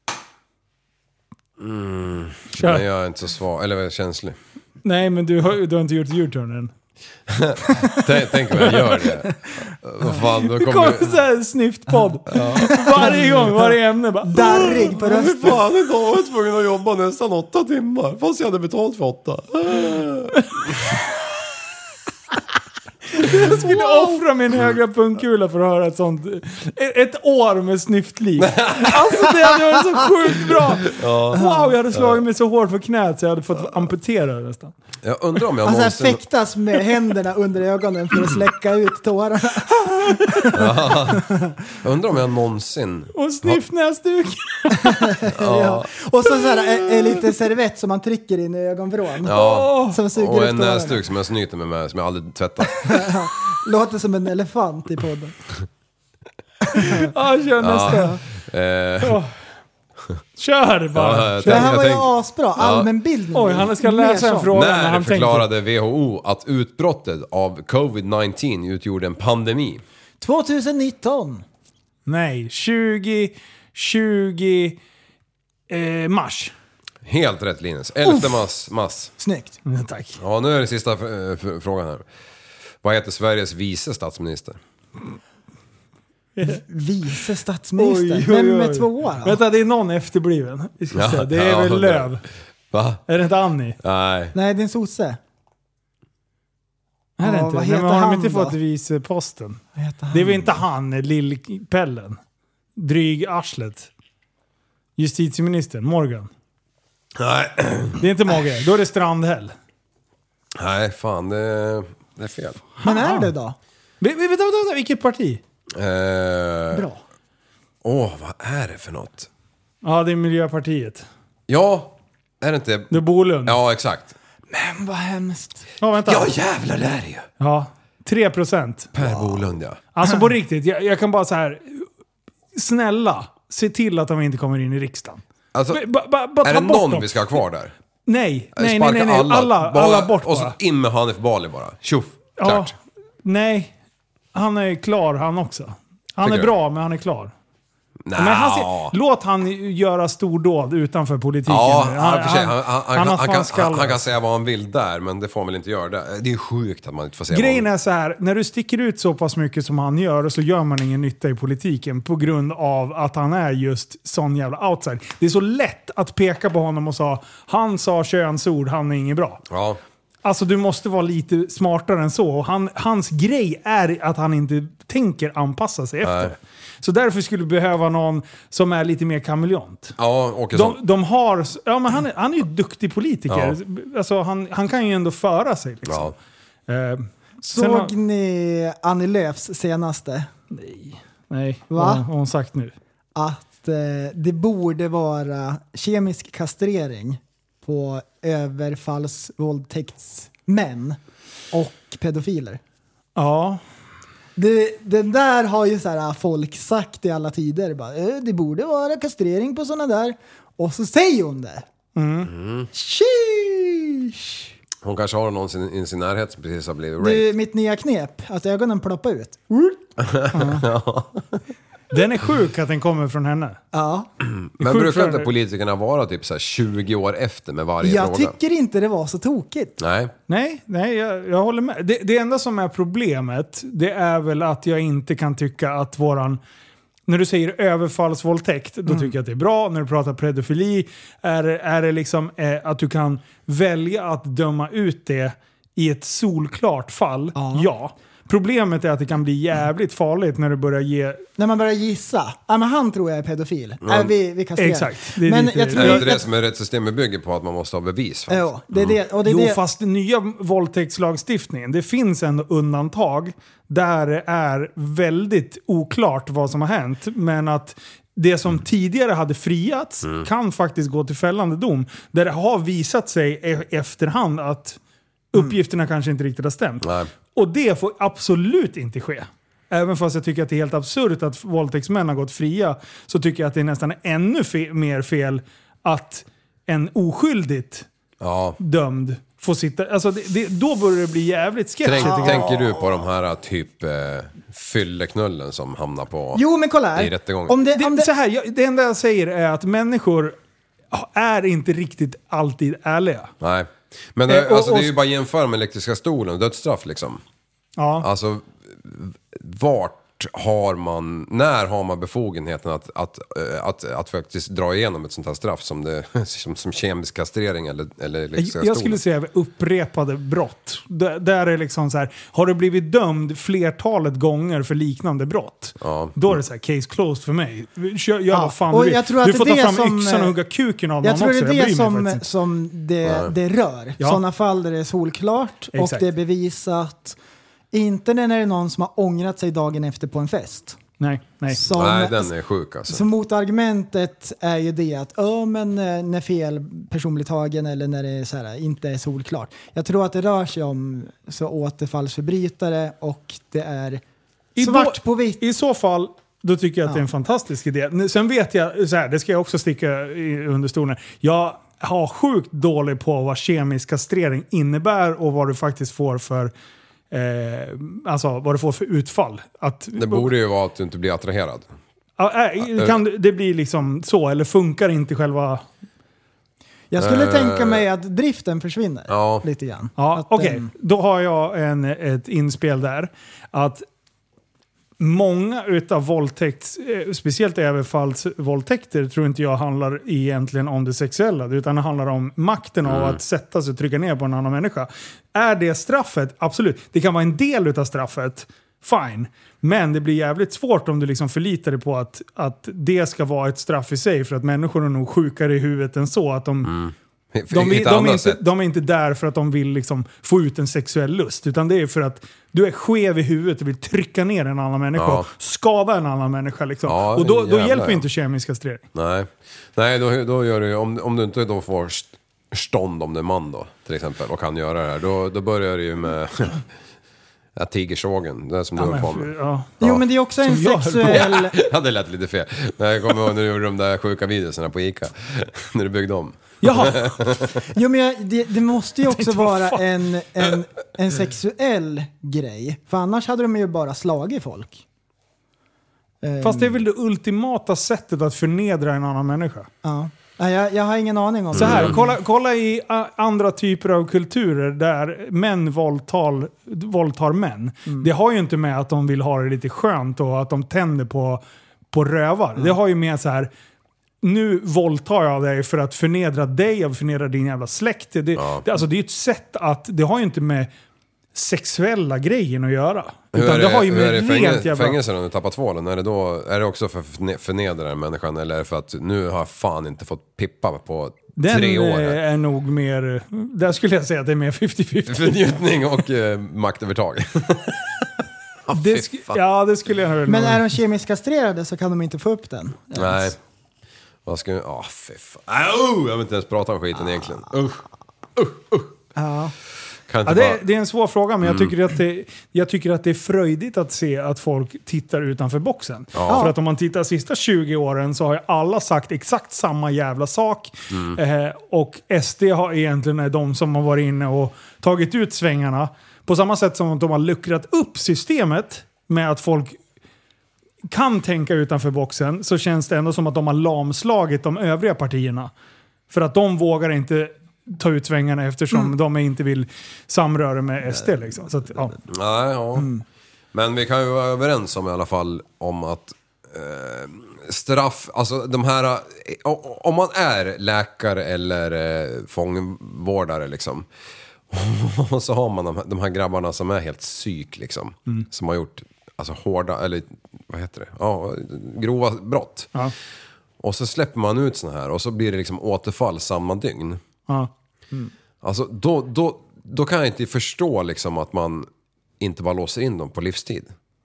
Mm. Kör. Men jag är inte så svag, eller känslig. Nej, men du har, du har inte gjort U-turn än. Tänk, tänk om jag gör det. Vad fan, då Det kommer... kommer så här snyftpodd. Varje gång, varje ämne bara... Darrig på Men rösten. fan, idag var jag tvungen att jobba nästan åtta timmar. Fast jag hade betalt för åtta. Jag skulle offra min högra pungkula för att höra ett sånt... Ett år med snyftliv. Alltså det hade varit så sjukt bra. Ja. Wow, jag hade slagit mig så hårt för knät så jag hade fått amputera det nästan. Jag undrar om jag alltså någonsin... fäktas med händerna under ögonen för att släcka ut tårarna. Ja. Jag undrar om jag någonsin... Och sniffnäsduk. Ja. Och så, så här, är, är lite servett som man trycker in i ögonvrån. Ja. Som suger och upp en tårarna. näsduk som jag snyter med, med som jag aldrig tvättar. Låter som en elefant i podden. Ja, kör nästa. Eh, Oh. Kör bara. Ja, jag Det tänk- här jag var ju tänk- asbra. Allmänbildning. Oj, han ska Mer läsa en sånt. fråga när När han förklarade tänker. W H O att utbrottet av covid nitton utgjorde en pandemi? tjugonitton. Nej, tjugo tjugo eh, mars. Helt rätt, Linus. elfte mars. mars. Snyggt. Ja, tack. Ja, nu är det sista f- f- frågan här. Vad heter Sveriges vice statsminister? Vice statsminister. Oj, oj, Vem oj. med tvåa då? Vänta, det är någon efterbliven. Vi ska Ja, se. Det är ja, väl det- Löv. Va? Är det inte Annie? Nej. Nej, det är en sosse. Är det Ja, inte? vad Nej, men heter har de han inte då? fått viceposten? Vad heter han? Det är väl inte han, Lill-Pellen? Dryg arslet. Justitieministern, Morgan. Nej. Det är inte Mogge, då är det Strandhäll. Nej, fan, det, det är fel. Men är det då? Vi, vi, vänta, vänta, vilket parti? Eh, Bra. Åh, vad är det för något? Ja, det är Miljöpartiet. Ja, är det inte... Det är Bolund. Ja, exakt. Men vad hemskt. Ja, vänta. Ja, jävlar, det är det ju. Ja, tre procent. Per Bolund, ja. Alltså på riktigt, jag, jag kan bara så här. Snälla, se till att de inte kommer in i riksdagen. Alltså, Ba, ba, bara är ta det bort någon dem. vi ska ha kvar där? Nej, nej, nej, Sparka nej, nej. Alla, alla, Bara- bort Och så bara. in med Hanif Bali bara. Tjoff, Ja, klart. nej, han är klar han också. Han Tycker är du? bra, men han är klar. Nja. Men han ser, låt han göra stordåd utanför politiken. Ja, nu. han, för sig, han, han, han, har han, fan kan, skallat. han, han kan säga vad han vill där, men det får han väl inte göra där. Det är sjukt att man inte får säga Grejen vad är så här, när du sticker ut så pass mycket som han gör så gör man ingen nytta i politiken på grund av att han är just sån jävla outside. Det är så lätt att peka på honom och säga han sa könsord, han är inget bra. Ja. Alltså du måste vara lite smartare än så. Och han, hans grej är att han inte tänker anpassa sig efter. Nej. Så därför skulle du behöva någon som är lite mer kameleont. Ja, Åkesson. De, de har... Ja, men han är, han är ju duktig politiker. Alltså, han, han kan ju ändå föra sig. Liksom. Ja. Eh, sen Såg har- ni Annie Lööfs senaste? Nej. Nej, Va? vad har hon sagt nu? Att eh, det borde vara kemisk kastrering på överfallsvåldtäktsmän och pedofiler. Ja. Det, den där har ju så här folk sagt i alla tider. Bara, eh, det borde vara kastrering på såna där. Och så säger hon det. Mm. Sheesh. Hon kanske har någon sin, i sin närhet som precis har blivit raped. Det är mitt nya knep. Att ögonen ploppar ut. Den är sjuk att den kommer från henne. Ja. Men sjukt brukar för- inte politikerna vara typ så här tjugo år efter med varje Jag fråga? tycker inte det var så tokigt. Nej. Nej, nej jag, jag håller med. Det, det enda som är problemet, det är väl att jag inte kan tycka att våran... När du säger överfallsvåldtäkt, då Mm. tycker jag att det är bra. När du pratar pedofili, är, är det liksom eh, att du kan välja att döma ut det i ett solklart fall. Ja. Ja. Problemet är att det kan bli jävligt farligt när du börjar ge... När man börjar gissa. Ja, men han tror jag är pedofil. Nej, vi, vi kastrerar. Exakt. Det är Men lite- jag Det tror är jag, inte det jag, som är rättssystemet bygger på, att man måste ha bevis. För. jo, det är det. Och det är Jo, det. fast den nya våldtäktslagstiftningen, det finns ändå undantag där det är väldigt oklart vad som har hänt. Men att det som tidigare hade friats kan faktiskt gå till fällande dom. Där det har visat sig e- efterhand att uppgifterna kanske inte riktigt har stämt. Nej. Och det får absolut inte ske. Även fast jag tycker att det är helt absurt att våldtäktsmän har gått fria, så tycker jag att det är nästan ännu fe- mer fel att en oskyldigt Ja. dömd får sitta... Alltså det, det, då börjar det bli jävligt sketchigt. Tänk, tycker jag. tänker du på de här typ eh, fylleknullen som hamnar på... Jo, men kolla här. I rättegången. Om det, om Det, det, så här, jag, det enda jag säger är att människor är inte riktigt alltid ärliga. Nej. Men Eh, det, och- alltså, det är och- ju bara att jämföra med elektriska stolen och dödsstraff liksom. Ja. Alltså, vart vart har man, när har man befogenheten att, att, att, att, att faktiskt dra igenom ett sånt här straff som, det, som, som kemisk kastrering eller, eller liksom jag skulle säga upprepade brott. D- där är liksom så här, har du blivit dömd flertalet gånger för liknande brott, ja. då är det så här, case closed för mig. Gör ja, vad fan och du vill. Jag tror att du får det ta fram som, yxan och hugga kuken av jag någon tror också. Det är det jag som, som det, ja. det rör. Ja. Sådana fall där det är solklart och Exakt. det är bevisat. Inte när det är någon som har ångrat sig dagen efter på en fest. Nej, nej. Som, Nej, den är sjuk alltså. Så motargumentet är ju det att ja, men när fel person blir tagen eller när det är så här, inte är solklart. Jag tror att det rör sig om så återfallsförbrytare och det är svart I då, på vitt. I så fall, då tycker jag att Ja. det är en fantastisk idé. Sen vet jag, så här, det ska jag också sticka i, under stolen. Jag har sjukt dålig på vad kemisk kastrering innebär och vad du faktiskt får för Eh, alltså vad det får för utfall. Att, Det borde ju vara att du inte blir attraherad. Ja, äh, kan det bli liksom så, eller funkar inte själva... Jag skulle Eh. tänka mig att driften försvinner Ja. lite grann. Ja, Att, okej. ehm, Då har jag en, ett inspel där. Att många utav våldtäkts, eh, speciellt överfallsvåldtäkter, tror inte jag handlar egentligen om det sexuella, utan det handlar om makten av att sätta sig och trycka ner på en annan människa. Är det straffet? Absolut. Det kan vara en del utav straffet. Fine. Men det blir jävligt svårt om du liksom förlitar dig på att, att det ska vara ett straff i sig, för att människor är nog sjukare i huvudet än så. Att de, Mm. de, de, de, är inte, de är inte där för att de vill liksom få ut en sexuell lust, utan det är för att du är skev i huvudet och vill trycka ner en annan människa, Ja. och skada en annan människa. Liksom. Ja, och då, då jävlar, hjälper ja. inte kemisk kastrering. Nej, Nej då, då gör du, om, om du inte då får st- stånd om det är man då, till exempel, och kan göra det här, då, då börjar det ju med ja, tigersågen, det är som du har på med. Ja. Jo, men det är också en Som jag höll på. sexuell... Ja, det lät lite fel. Men jag kommer ihåg när du gjorde de där sjuka videorna på Ica. När du byggde om. Jaha! Jo, men jag, det, det måste ju också tänkte, vad vara fan? en, en, en sexuell grej. För annars hade de ju bara slagit folk. Ehm, Fast det är väl det ultimata sättet att förnedra en annan människa. Ja. Nej, jag, jag har ingen aning om Så här, det. kolla, kolla i a, andra typer av kulturer där män våldtar, våldtar män. Det har ju inte med att de vill ha det lite skönt och att de tänder på, på rövar. Det har ju med så här: nu våldtar jag dig för att förnedra dig och förnedra din jävla släkt. Det, Ja. det, alltså det är ju ett sätt att, det har ju inte med sexuella grejen att göra. Hur Utan är det det, har ju hur med är det rent fängelse, jävla... fängelse om du tappar tvålen? Är det, då, är det också för att förne- förnedra den människan? Eller är det för att nu har jag fan inte fått pippa på Den tre år? eh, här? är nog mer... Där skulle jag säga att det är mer femtio femtio. Förnjutning och eh, maktövertag. Det sk- ja, det skulle jag nog... Men är de kemiskt kastrerade så kan de inte få upp den. Nej. Vad ska jag... Åh, fy fan. Oh, jag vill inte ens prata om skiten egentligen. Usch. Ja. Kan inte Ja, det, bara... är, det är en svår fråga, men jag, tycker att det, jag tycker att det är fröjdigt att se att folk tittar utanför boxen. Ja. För att om man tittar de sista tjugo åren så har ju alla sagt exakt samma jävla sak. Eh, och S D har egentligen är de som har varit inne och tagit ut svängarna. På samma sätt som att de har luckrat upp systemet med att folk kan tänka utanför boxen, så känns det ändå som att de har lamslagit de övriga partierna. För att de vågar inte ta ut svängarna eftersom Mm. de inte vill samröra med S D. Liksom. Så att, ja. Nej, ja. Men vi kan ju vara överens om i alla fall om att eh, straff, alltså de här, eh, om man är läkare eller eh, fångvårdare liksom, och så har man de här, de här grabbarna som är helt psyk liksom, som har gjort alltså hårda, eller vad heter det, ja, grova brott. Ja. Och så släpper man ut såna här och så blir det liksom återfall samma dygn. Ja. Alltså då, då, då kan jag inte förstå liksom att man inte bara låser in dem på livstid.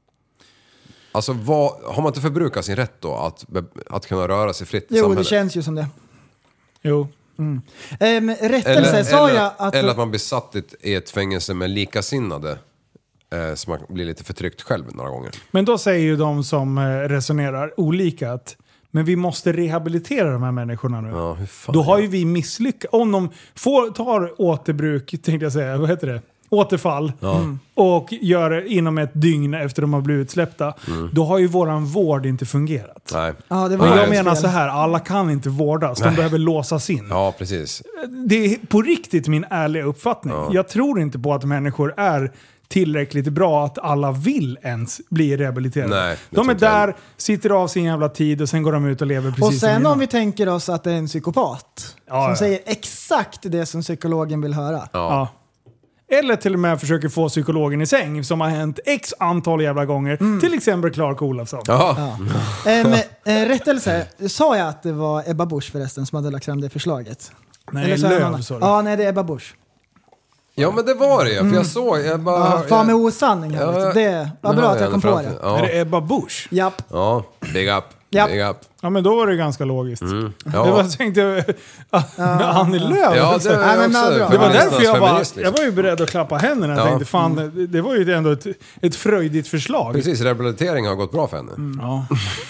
Alltså vad, har man inte förbrukat sin rätt då att, att kunna röra sig fritt i Jo, det samhället? känns ju som det. Jo. Mm. Ehm, rättelse eller, sa eller, jag att... eller att man blir satt i ett, i ett fängelse med likasinnade eh, så man blir lite förtryckt själv några gånger. Men då säger ju de som eh, resonerar olika att men vi måste rehabilitera de här människorna nu. Ja, hur fan Då har ju vi misslyckats. Om de får, tar återbruk, tänkte jag säga, vad heter det? Återfall. Mm. Och gör det inom ett dygn efter de har blivit utsläppta. Mm. Då har ju våran vård inte fungerat. Nej. Ja, det Och var jag helt menar fel. så här, alla kan inte vårdas. De Nej. behöver låsas in. Ja, precis. Det är på riktigt min ärliga uppfattning. Ja. Jag tror inte på att människor är tillräckligt bra att alla vill ens bli rehabiliterade. Nej, de är där, sitter av sin jävla tid och sen går de ut och lever precis och sen som om vi tänker oss att det är en psykopat ja, som ja. säger exakt det som psykologen vill höra. Ja. Ja. Eller till och med försöker få psykologen i säng som har hänt x antal jävla gånger. Mm. Till exempel Clark Olofsson. Ja. Ja. ähm, äh, rättelse, sa jag att det var Ebba Busch förresten som hade lagt fram det förslaget? Nej, Eller så Löv sa du. Ja, nej det är Ebba Busch. Ja men det var det, för jag såg jag bara, ja, fan med osanning här, ja, det var bra att jag kom på det. Ja. Är det Ebba Busch? Japp. Ja, big up. Japp. Big up. Ja men då var det ganska logiskt. Mm. Ja. Det var jag tänkte Annie Lööf. Ja, det, Nej, men också, bra. Det var därför jag bara, liksom. jag var ju beredd att klappa händerna. Jag Ja. tänkte fan, det, det var ju ändå ett, ett fröjdigt förslag. Precis, rehabilitering har gått bra för henne. Mm. Ja.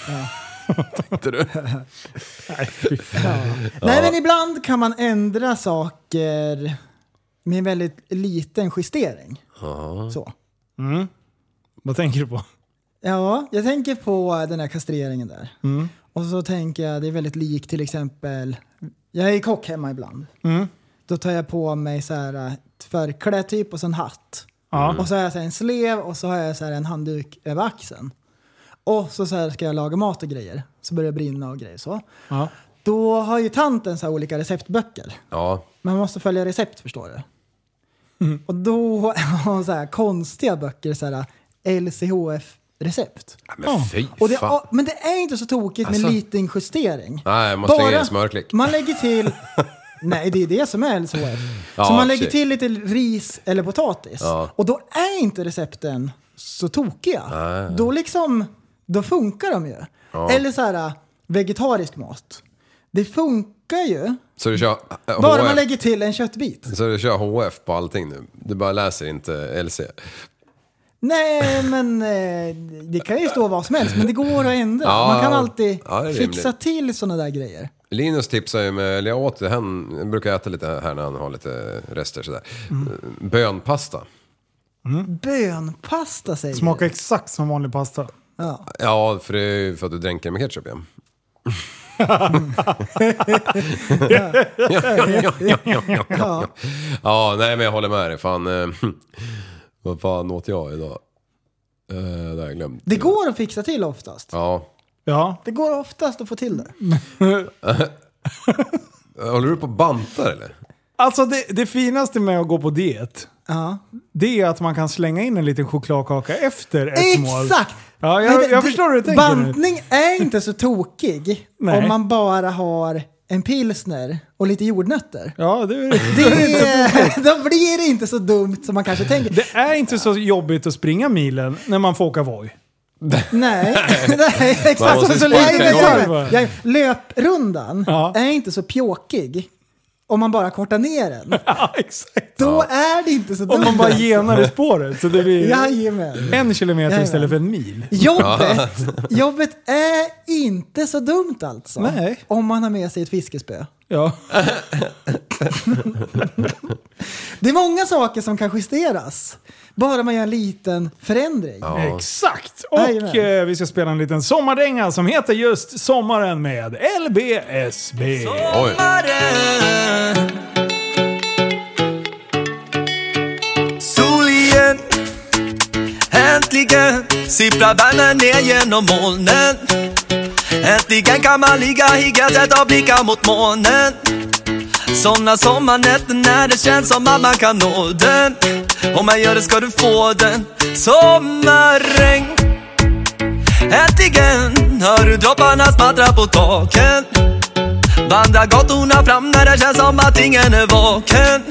Tänkte du? Nej, fy fan. Ja. Nej men ibland kan man ändra saker med en väldigt liten justering. Ja. Så. Mm. Vad tänker du på? Ja, jag tänker på den här kastreringen där. Mm. Och så tänker jag, det är väldigt likt till exempel, jag är kock hemma ibland. Mm. Då tar jag på mig så här ett förkläde typ och så en hatt. Ja. Och så har jag så här en slev och så har jag så här en handduk över axeln. Och så, så här ska jag laga mat och grejer. Så börjar det brinna och grejer så. Ja. Då har ju tanten så här olika receptböcker. Ja. Man måste följa recept, förstår du. Mm. Och då har hon så här konstiga böcker, så här L C H F-recept. Men fy Och det, fan. men det är inte så tokigt Alltså. med liten justering. Nej, jag måste lägga in en smörklick. Man lägger till... Nej, det är det som är L C H F. Ja, så man lägger shit. till lite ris eller potatis. Ja. Och då är inte recepten så tokiga. Nej. Då liksom... Då funkar de ju. Ja. Eller så här vegetarisk mat. Det funkar ju. Så du kör äh, Bara H F. man lägger till en köttbit. Så du kör H F på allting nu? Du bara läser inte L C? Nej, men eh, det kan ju stå vad som helst. Men det går att ändra. Ja, man kan alltid ja, det är fixa rimligt. till sådana där grejer. Linus tipsar ju med, eller jag åt det, han jag brukar äta lite här när han har lite rester sådär. Mm. Bönpasta. Bönpasta säger Smakar du. exakt som vanlig pasta. Ja. Ja, för det är ju för att du dränker med ketchup igen. Ja. Ja, nej men jag håller med dig. Fan, eh, vad fan åt jag idag? Eh, det har jag glömt. Det går att fixa till oftast. Ja. Ja. Det går oftast att få till det. Håller du på bantar eller? Alltså det, det finaste med att gå på diet, Ja. det är att man kan slänga in en liten chokladkaka efter ett mål. Exakt! Ja, jag, Men det- jag förstår hur du tänker nu. Bantning är inte så tokig Nej. om man bara har en pilsner och lite jordnötter. Ja, det, Det är, då blir det inte så dumt som man kanske tänker. det är inte så jobbigt att springa milen när man får åka Voi. Nej, nej Man exakt. måste Så, sparka nej, igång. men, jag, löprundan Ja. är inte så pjåkig om man bara kortar ner den. Ja, exakt. Då är det inte så dumt. Om man bara genar i spåret så det blir Jajamän. en kilometer Jajamän. istället för en mil. Jobbet, jobbet är inte så dumt alltså. Nej. Om man har med sig ett fiskespö. Ja. Det är många saker som kan justeras. Bara man gör en liten förändring. Ja. Exakt. Och Jajamän. eh, vi ska spela en liten sommardänga som heter just Sommaren med L B S B. Oj. Sol igen, äntligen sipprar värmen ner genom molnen. Äntligen kan man ligga i gräset och blicka mot månen. Somna sommarnätter när det känns som att man kan nå den. Om man gör det ska du få den. Sommarregn. Äntligen hör du dropparna smattra på taken. Vandrar gatorna fram när det känns som att ingen är vaken.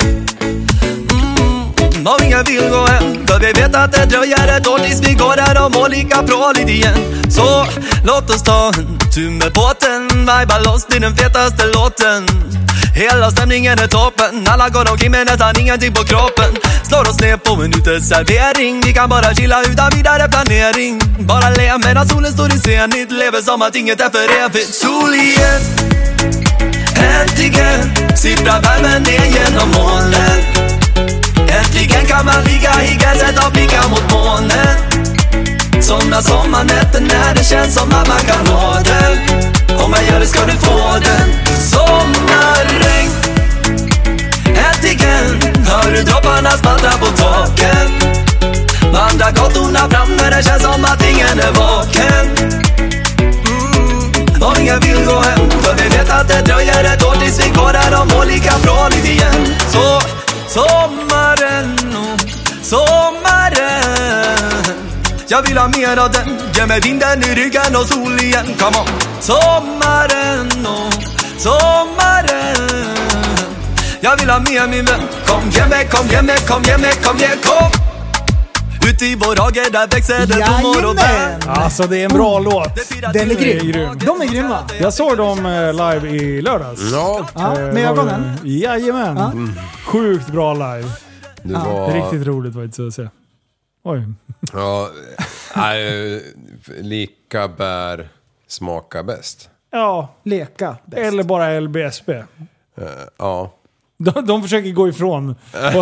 Mm, och ingen vill gå hem, för vi vet att det dröjer ett år tills vi går där och mår lika bra lite igen. Så låt oss ta en tur med båten, viba loss till den fetaste låten. Hela stämningen är toppen, alla går omkring med nästan ingenting på kroppen. Slår oss ner på en uteservering, vi kan bara chilla utan vidare planering. Bara le medan solen står i zenit, lever som att inget är för evigt. Sol igen, äntligen sipprar värmen ner genom molnen. Äntligen kan man ligga i gräset och blicka mot månen. Somna sommarnätter när det känns som att man kan nå den. Om man gör det ska du få den. Sommarregn. Äntligen hör du dropparna smattra på taken. tills vi går där och mår lika bra lite igen. Så, sommaren och sommaren, jag vill ha mer av den. Ge mig vinden i ryggen och sol igen. Come on. Sommaren och sommaren, jag vill ha mer min vän. Kom ge mig, kom ge mig, kom ge mig, kom ge, kom. Ut i vår hage där växer det blommor och bär. Alltså det är en bra låt. Den är grym. De är grymma. Jag såg dem eh, live i lördags. Ja. Ja, Eh, med var- ögonen. Jajamän. Ja. Sjukt bra live. Det var... Riktigt roligt var det så att säga. Oj. Ja, nej, lika bär smaka bäst. Ja, Leka bäst. eller bara L B S B. Uh, ja. De, de försöker gå ifrån.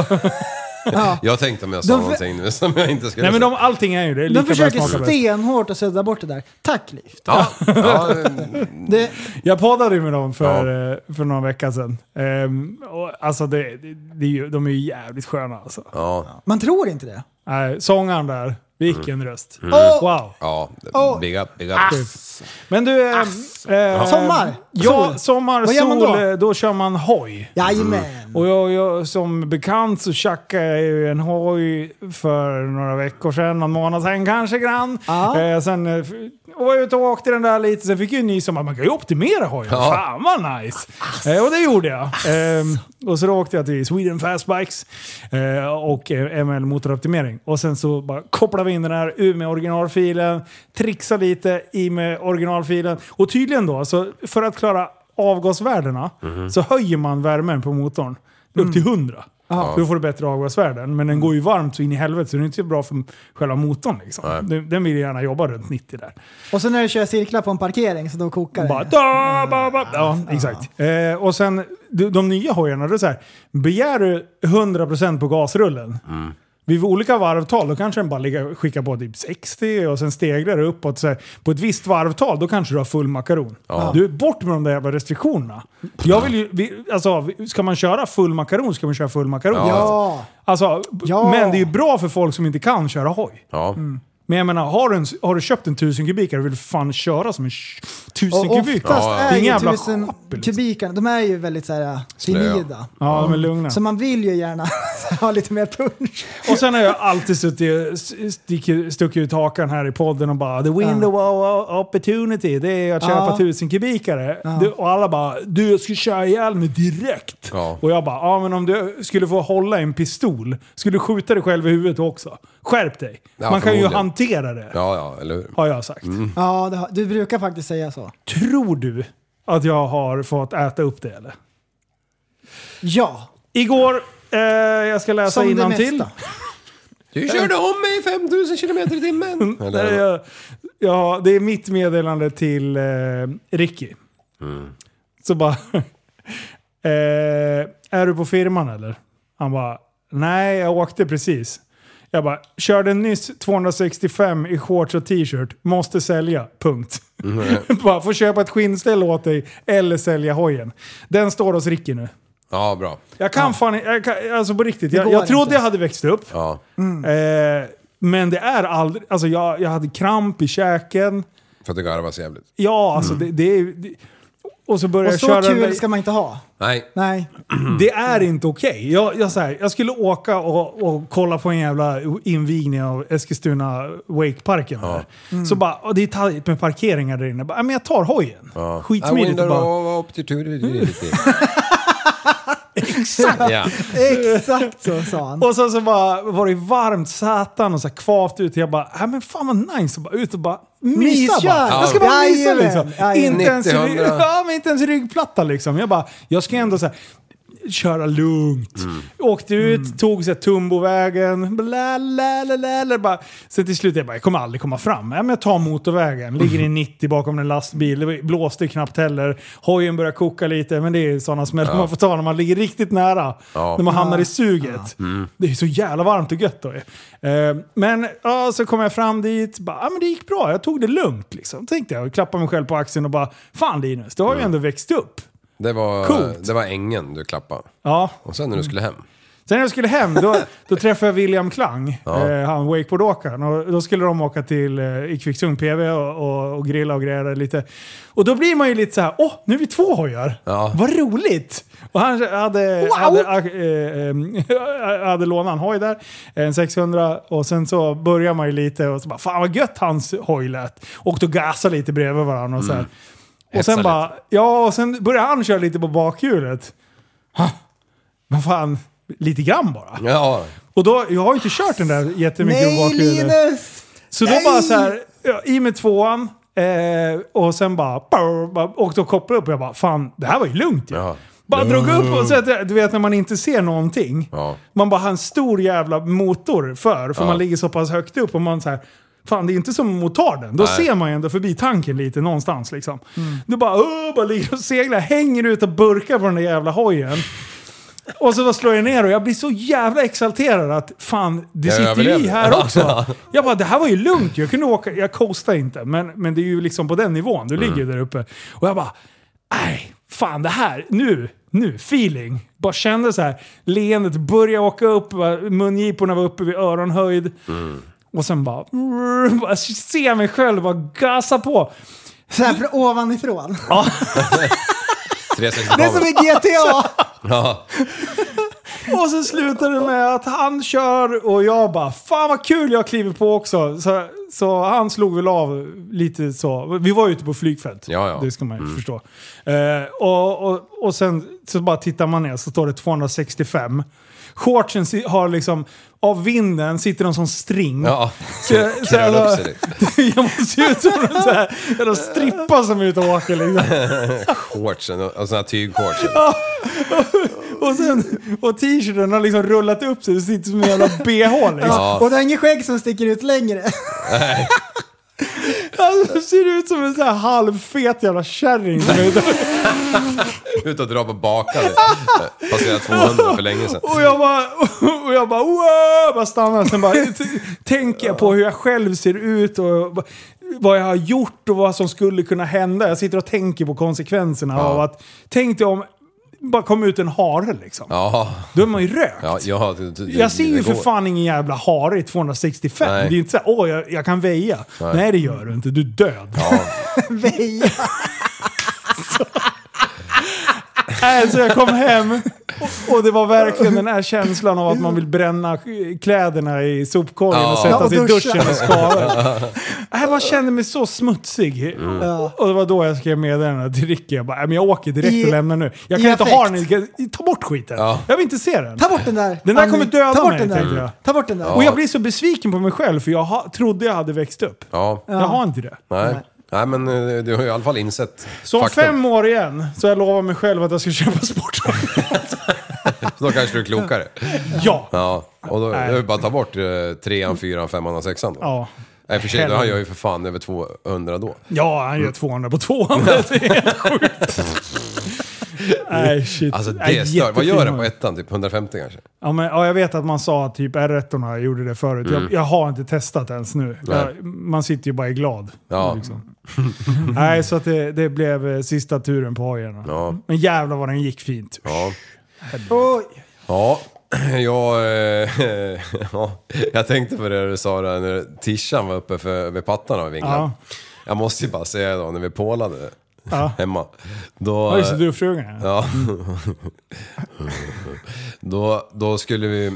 Ja. Jag tänkte om jag sa De- någonting nu som jag inte skulle Nej men säga. de, allting är ju det. Lika De försöker bra smaka bäst. stenhårt att sudda bort det där. Tack Liv. Ja, ja, Det, Jag poddade ju med dem för, eh, för några veckor sedan. Ehm, och, alltså det, det, det är ju, de är ju jävligt sköna alltså. ja, man tror inte det. Nej, sångaren där, vilken röst. Åh! Wow. ja. Åh. Big up, big up. Men du... Eh, eh, Sommar? Ja, Sol? sommar, Vad gör man sol, då? då? då kör man hoj. Jajamän. Och jag, jag, som bekant så tjackade jag ju en hoj för några veckor sedan, någon månad sedan kanske grann. Ja. Eh, sen eh, var jag ute och åkte den där lite, sen fick jag ju ny som att man kan ju optimera hojen. Ja. Fan vad nice! Eh, och det gjorde jag. Eh, och så då åkte jag till Sweden Fastbikes eh, och eh, M L motoroptimering. Och sen så bara kopplade vi in den här ur med originalfilen, trixade lite i med originalfilen. Och tydligen då, så för att klara avgasvärdena så höjer man värmen på motorn upp till hundra. Ja. Då får du bättre avgasvärden. Men den går ju varmt så in i helvete så det är inte så bra för själva motorn. Liksom. Den, den vill ju gärna jobba runt nittio där. Och så när du kör cirklar på en parkering så då kokar det. Bara, da, ba, ba. Ja, exakt. Eh, och sen de, de nya hojarna, det är så här, begär du hundra procent på gasrullen. Vid olika varvtal då kanske den bara ligger, skickar på typ sextio och sen stegrar det uppåt. Så här, på ett visst varvtal då kanske du har full makaron. Ja. Du är bort med de där jävla restriktionerna. Jag vill ju, vi, alltså, ska man köra full makaron ska man köra full makaron. Ja. Alltså, Ja. Men det är ju bra för folk som inte kan köra hoj. Ja. Men jag menar, har du, en, har du köpt en tusen kubikare vill du fan köra som en tusen Och kubikare. oftast Ja, ja. är Det är ju ingen jävla tusen schappel, liksom. kubikerna, de är ju väldigt såhär timida. Ja, de är lugna. Så man vill ju gärna ha lite mer punch. Och sen har jag alltid suttit, stick- stuckit ut hakan här i podden och bara the window of opportunity, det är att köpa Ja. tusen kubikare. Du, och alla bara, du jag ska köra ihjäl mig direkt. Ja. Och jag bara, ja men om du skulle få hålla en pistol, skulle du skjuta dig själv i huvudet också? Skärp dig. Ja, Man kan ju förmodligen. hantera det, Ja, ja, eller hur? har jag sagt. Ja, det, har- du brukar faktiskt säga så. Tror du att jag har fått äta upp det eller? Ja, Igår, eh, jag ska läsa som det innantill. mesta. Du körde om mig femtusen kilometer i timmen. Nej, Eller, jag, ja, det är mitt meddelande till eh, Ricky. Så bara, eh, är du på firman eller? Han bara, nej jag åkte precis. Jag bara, körde nyss tvåhundrasextiofem i shorts och t-shirt, måste sälja, punkt. Bara, får köpa ett skinnställ åt dig eller sälja hojen. Den står hos Ricky nu. ja, bra. Jag kan fan jag kan, alltså på riktigt, jag, går jag trodde inte. jag hade växt upp. Ja. Eh, men det är aldrig, alltså jag, jag hade kramp i käken. För att det garvas jävligt. Ja, alltså det, det är... Det, och så började Och jag så köra... kul den- ska man inte ha. Nej. Nej. Det är inte okej. Jag, jag, så här, jag skulle åka och, och kolla på en jävla invigning av Eskilstuna Wakeparken. Ja. Där. Så bara, och det är tajt med parkeringar där inne. Bara, men jag tar hojen. Ja. Skitsmidigt. och Bara, Exakt. Ja. Exakt så sa han. och så, så bara, var det varmt satan och så här kvavt ut. Jag bara, ja men fan vad nice. Och bara ut och bara mysa Myskör. bara. Jag ska bara mysa Jajamän. liksom. Jajamän. Inte ens, nittio, rygg, hundra. ja, men inte ens ryggplatta liksom. Jag bara, jag ska ändå så här, köra lugnt. Åkte ut, tog så här Tumbovägen. Bla, la, la, la, la, bara. Sen till slut jag bara, jag kommer aldrig komma fram. Ja, men jag tar motorvägen. Ligger i nittio bakom en lastbil. Det blåste knappt heller. Hojen börjar koka lite. Men det är sådana smällar man får ta när man ligger riktigt nära. Ja. När man hamnar i suget. Det är så jävla varmt och gött då. Eh, men ja, så kom jag fram dit. Bara, ja, men det gick bra. Jag tog det lugnt liksom. Tänkte jag. Klappade mig själv på axeln och bara, fan Linus, du har ju ändå växt upp. Det var, Coolt. det var ängen du klappade. Ja. Och sen när du skulle hem. Sen när jag skulle hem, då, då träffade jag William Klang, Ja. eh, han wakeboardåkaren. Och då skulle de åka till eh, i Kvicksund P V och, och, och grilla och grejer lite. Och då blir man ju lite så här: åh, nu är vi två hojar. Ja. Vad roligt! Och han hade, Wow. hade, äh, äh, hade lånat en hoj där, en sexhundra. Och sen så börjar man ju lite och så bara, fan vad gött hans hoj lät. Och då gasade lite bredvid varandra och så här. Mm. Och Hetsa sen bara, lite. ja, och sen började han köra lite på bakhjulet. Ha, men fan, lite grann bara. Ja. Och då, jag har ju inte kört den där jättemycket på Nej, bakhjulet. Linus! Så då Nej! bara så här, ja, i med tvåan, eh, och sen bara, bara, och då kopplade upp och jag bara, fan, det här var ju lugnt ju. Ja. Bara drog upp och så att, du vet när man inte ser någonting. Ja. Man bara har en stor jävla motor för, för Ja. man ligger så pass högt upp och man så här, fan det är inte som motarden. Då Nej. ser man ju ändå förbi tanken lite någonstans liksom. Du bara, åh, bara ligger och seglar, hänger ut och burkar på den där jävla hojen. Och så slår jag ner och jag blir så jävla exalterad att fan, det Jag sitter ju i överlevde. här också. Jag bara, det här var ju lugnt. Jag kunde åka, jag coastade inte. Men, men det är ju liksom på den nivån. Du ligger ju där uppe. Och jag bara, nej, fan det här, nu, nu, feeling. Bara kände så här, leendet började åka upp, mungiporna var uppe vid öronhöjd. Mm. Och sen bara, bara se mig själv bara gasa på. Så här från ovanifrån. trehundrasextio Det är som i G T A. Ja. Och så slutar det med att han kör och jag bara, fan vad kul jag kliver på också. Så, så han slog väl av lite så. Vi var ute på flygfält. Ja, ja. Det ska man ju mm. förstå. Eh, och, och, och sen så bara tittar man ner så står det tvåhundrasextiofem. Shortsen si- har liksom, av vinden sitter de som string. Ja. Så jag, så jag, Kröl upp sig lite. jag måste se ut som en sån här jävla strippa som är ute och åker liksom. Shortsen och, och såna här tygshortsen. Och, sen, och t-shirten har liksom rullat upp sig. Det sitter som en jävla B H liksom. Ja. Och det är ingen skägg som sticker ut längre. Nej. Alltså, det ser ut som en sån här halvfet jävla kärring som är ute. Ut och dra på bakan. Passerat tvåhundra för länge sedan. Och jag bara, och jag bara, wow, bara stannar. Sen bara tänker jag på hur jag själv ser ut och vad jag har gjort och vad som skulle kunna hända. Jag sitter och tänker på konsekvenserna Ja. av att, tänk dig om bara kom ut en hare liksom. Ja. Då är man ju rökt. Ja, ja, det, det, Jag ser ju det för går. fan ingen jävla hare i tvåhundrasextiofem. Nej. Det är ju inte så här, åh jag, jag kan väja. Nej. Nej. det gör du inte, du är död. Ja. Veja. Äh, så jag kom hem och, och det var verkligen den här känslan av att man vill bränna kläderna i sopkorgen Ja. och sätta Ja, och sig i duscha. duschen och skava. Äh, man kände mig så smutsig. Ja. Och det var då jag skrev meddelandet till Ricky. Jag bara, äh, men jag åker direkt I- och lämnar nu. Jag i kan inte affekt. ha den. Jag kan- Ta bort skiten. Ja. Jag vill inte se den. Ta bort den där. Den där Annie. kommer döda Ta bort mig, den där. tänkte jag. Ta bort den där. Och jag blir så besviken på mig själv för jag ha, trodde jag hade växt upp. Ja. Jag har inte det. Nej. Nej, men eh, du har ju i alla fall insett Så om faktum. fem år igen så jag lovar mig själv att jag ska köpa sport. Då kanske du är klokare. Ja. Ja. Och då Nej. är det bara att ta bort eh, trean, fyran, femman och sexan då. Ja. Nej, för sig, då han gör ju för fan över tvåhundra då. Ja, han gör tvåhundra på tvåhundra. Det är helt sjukt. Nej, shit. Alltså Nej, det stör. Vad gör jättefin den på hoj. ettan? Typ hundrafemtio kanske? Ja, men, ja, jag vet att man sa att typ R ett-orna gjorde det förut. Mm. Jag, jag har inte testat ens nu. Jag, man sitter ju bara i glad. Ja. Liksom. Nej, så att det, det blev eh, sista turen på hojen. Ja. Men jävlar vad den gick fint. Ja. Oj. Ja, jag, eh, ja, jag tänkte på det du sa där när Tishan var uppe för, vid pattarna och vinglade. Ja. Jag måste ju bara säga då, när vi pålade Ja. hemma. Då, Ja, just det, du och frugan. Ja. ja. då, då skulle vi...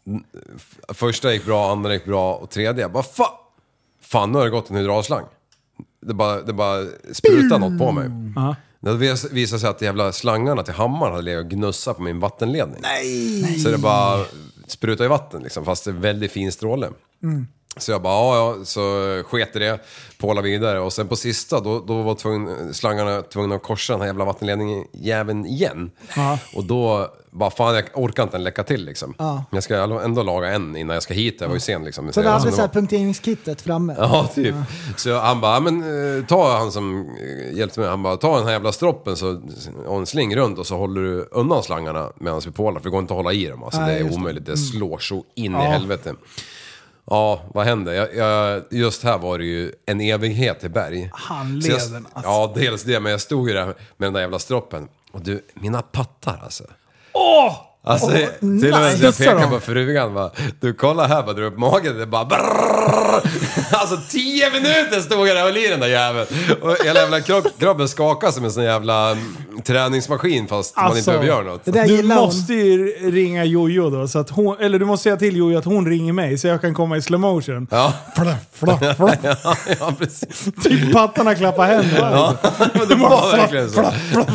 Första gick bra, andra gick bra och tredje, jag bara fan, fan nu har det gått en hydraulslang. Det bara, det bara sprutade något på mig. Ja. Det visade sig att jävla slangarna till hammaren hade legat och gnussat på min vattenledning. Nej. Så det bara sprutar i vatten liksom, fast det är väldigt fin stråle. Mm. Så jag bara, ja, ja, så sket i det, påla vidare. Och sen på sista, då, då var tvungen, slangarna tvungna att korsa den här jävla vattenledningen jäveln igen. Ja. Och då, bara fan, jag orkar inte en läcka till liksom. Ja. Men jag ska ändå laga en innan jag ska hit, jag var ju sen liksom. Så jag det hade som vi så här var- punkteringskittet framme. Ja, typ. Så han bara, men eh, ta han som eh, hjälpte mig, han bara, ta den här jävla stroppen så, och en sling runt och så håller du undan slangarna medan vi pålar, för det går inte att hålla i dem. Alltså, Nej, det är just det. omöjligt, det slår så in Ja. i helvete. Ja, vad hände? Jag, jag, just här var det ju en evighet i berg. Handleden, Så jag, alltså. Ja, dels det, men jag stod ju där med den där jävla stroppen. Och du, mina pattar alltså. Åh! Alltså, Oh, till och med nice. jag pekar på frugan bara, du kolla här, bara drar upp magen, det bara brrrr. Alltså tio minuter stod jag där och höll i den där jäveln. Och hela jävla kropp, kroppen skakade som en sån jävla mm, träningsmaskin fast Alltså, man inte behöver göra något. Det där Du gillar hon. måste ju ringa Jojo då, så att hon, eller du måste säga till Jojo att hon ringer mig så jag kan komma i slow motion. Ja. Flaff, flaff, flaff. Ja, ja, precis. Typ pattarna klappar händerna. Ja, men det var verkligen så.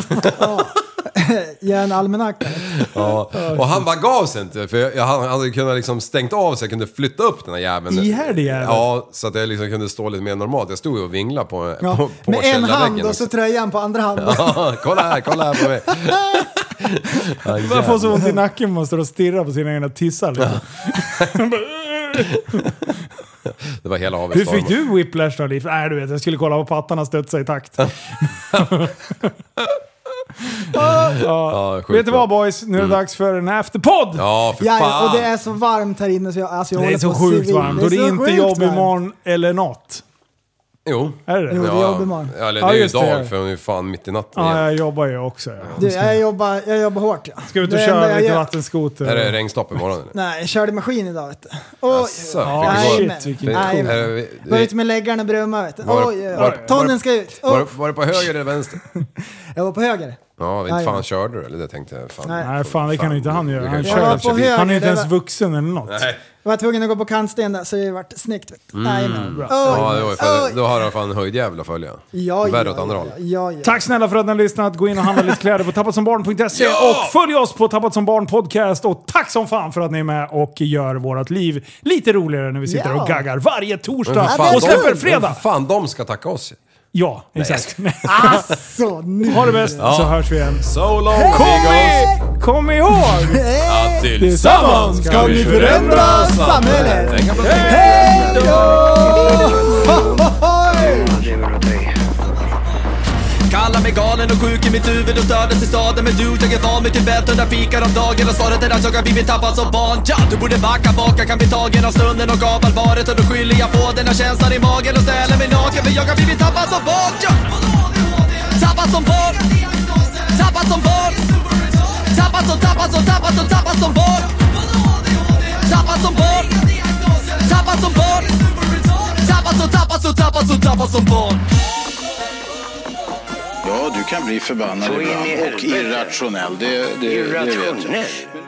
Ge en almanacka. Ja. Och han bara gav sig inte, för jag, han hade kunnat liksom stängt av så jag kunde flytta upp den här jäveln. Ihärdig jävel. Ja, så att jag liksom kunde stå lite mer normalt. Jag stod ju och vinglade på, Ja. på, på Med en hand källarväggen och så också. tröjan på andra handen. Ja, kolla här, kolla här på mig. Ja, Man får så ont i nacken, man står och stirrar på sina egna tissar. Liksom. Det var hela havet. Hur fick du whiplash då, Liv? Nej, du vet, jag skulle kolla på pattarna studsa i takt. ja. Ja, sjukt Vet du bra. vad boys? Nu är det dags för en afterpodd! Ja, för Ja, fan. och det är så varmt här inne så jag, alltså jag Det är håller så på att sjukt svimma. varmt och det är så inte sjukt jobb varmt. imorgon eller något. Jo. Är det det? Jo, det är jobb imorgon. Ja, eller Ja, det är ju just det. dag för hon är ju fan mitt i natten Ja, igen. jag jobbar ju också. Ja. Du, jag, jobbar, jag jobbar hårt. Ja. Ska vi ut och Det enda köra jag lite gör- vattenskoter? Är det regnstopp imorgon eller? Nej, jag körde maskin idag vet du. Oj, Asså, Ja, fick du gå- shit, vilken Nej, cool. men- Är det- Var ute med läggarna brumma vet du. Var- Oj, oj, var- oj. Tonnen ska ut. Var, Oh, var det på höger eller vänster? jag var på höger. Ja, inte Nej, fan nej. körde du eller det tänkte jag. Fan. Nej. Nej, fan det kan inte han du göra. kan Han, ju Jag kör. var köra på bil. höger. han är inte det ens var- vuxen eller något. Nej. Jag var tvungen att gå på kantsten där så det vart snyggt. Vet du. Nej, men. bra. Oj, Ja, det var ju för, oj. då har han fan en höjdjävel att följa. Ja, Värre ja, åt andra ja, hållet. ja, ja. Tack snälla för att ni har lyssnat. Gå in och handla lite kläder på tappatsombarn punkt se Ja! och följ oss på Tappat som barn podcast. Och tack som fan för att ni är med och gör vårt liv lite roligare när vi sitter Ja. och gaggar varje Men torsdag för det är och släpper kul. fredag. Men fan, de ska tacka oss. Ja, exakt. Alltså, nu. Ha det bäst så hörs vi igen. So long, Kom, amigos! i, kom ihåg! Att Tillsammans Ska vi förändra samhället? Tänk på det. Hej då! lever åt dig. Kallar mig galen och sjuk i mitt huvud och stördes i staden. Men du, jag är van vid Tibet under fikar om dagen. Och svaret är att jag har blivit tappad som barn. Ja, du borde backa bak, jag kan bli tagen av stunden och av allvaret. Och då skyller jag på den här känslan i magen och ställer mig naken. För jag har blivit tappad som barn. Ja. Tappad som barn. Tappad som barn. Tappad som, tappad som, tappad som, tappad som barn. Tappad som barn. Tappad som barn. Tappad som, tappad som, tappad som, tappad som barn. Ja, du kan bli förbannad Så in i ibland och helvete. irrationell. Det, det, det vet jag. Irrationell.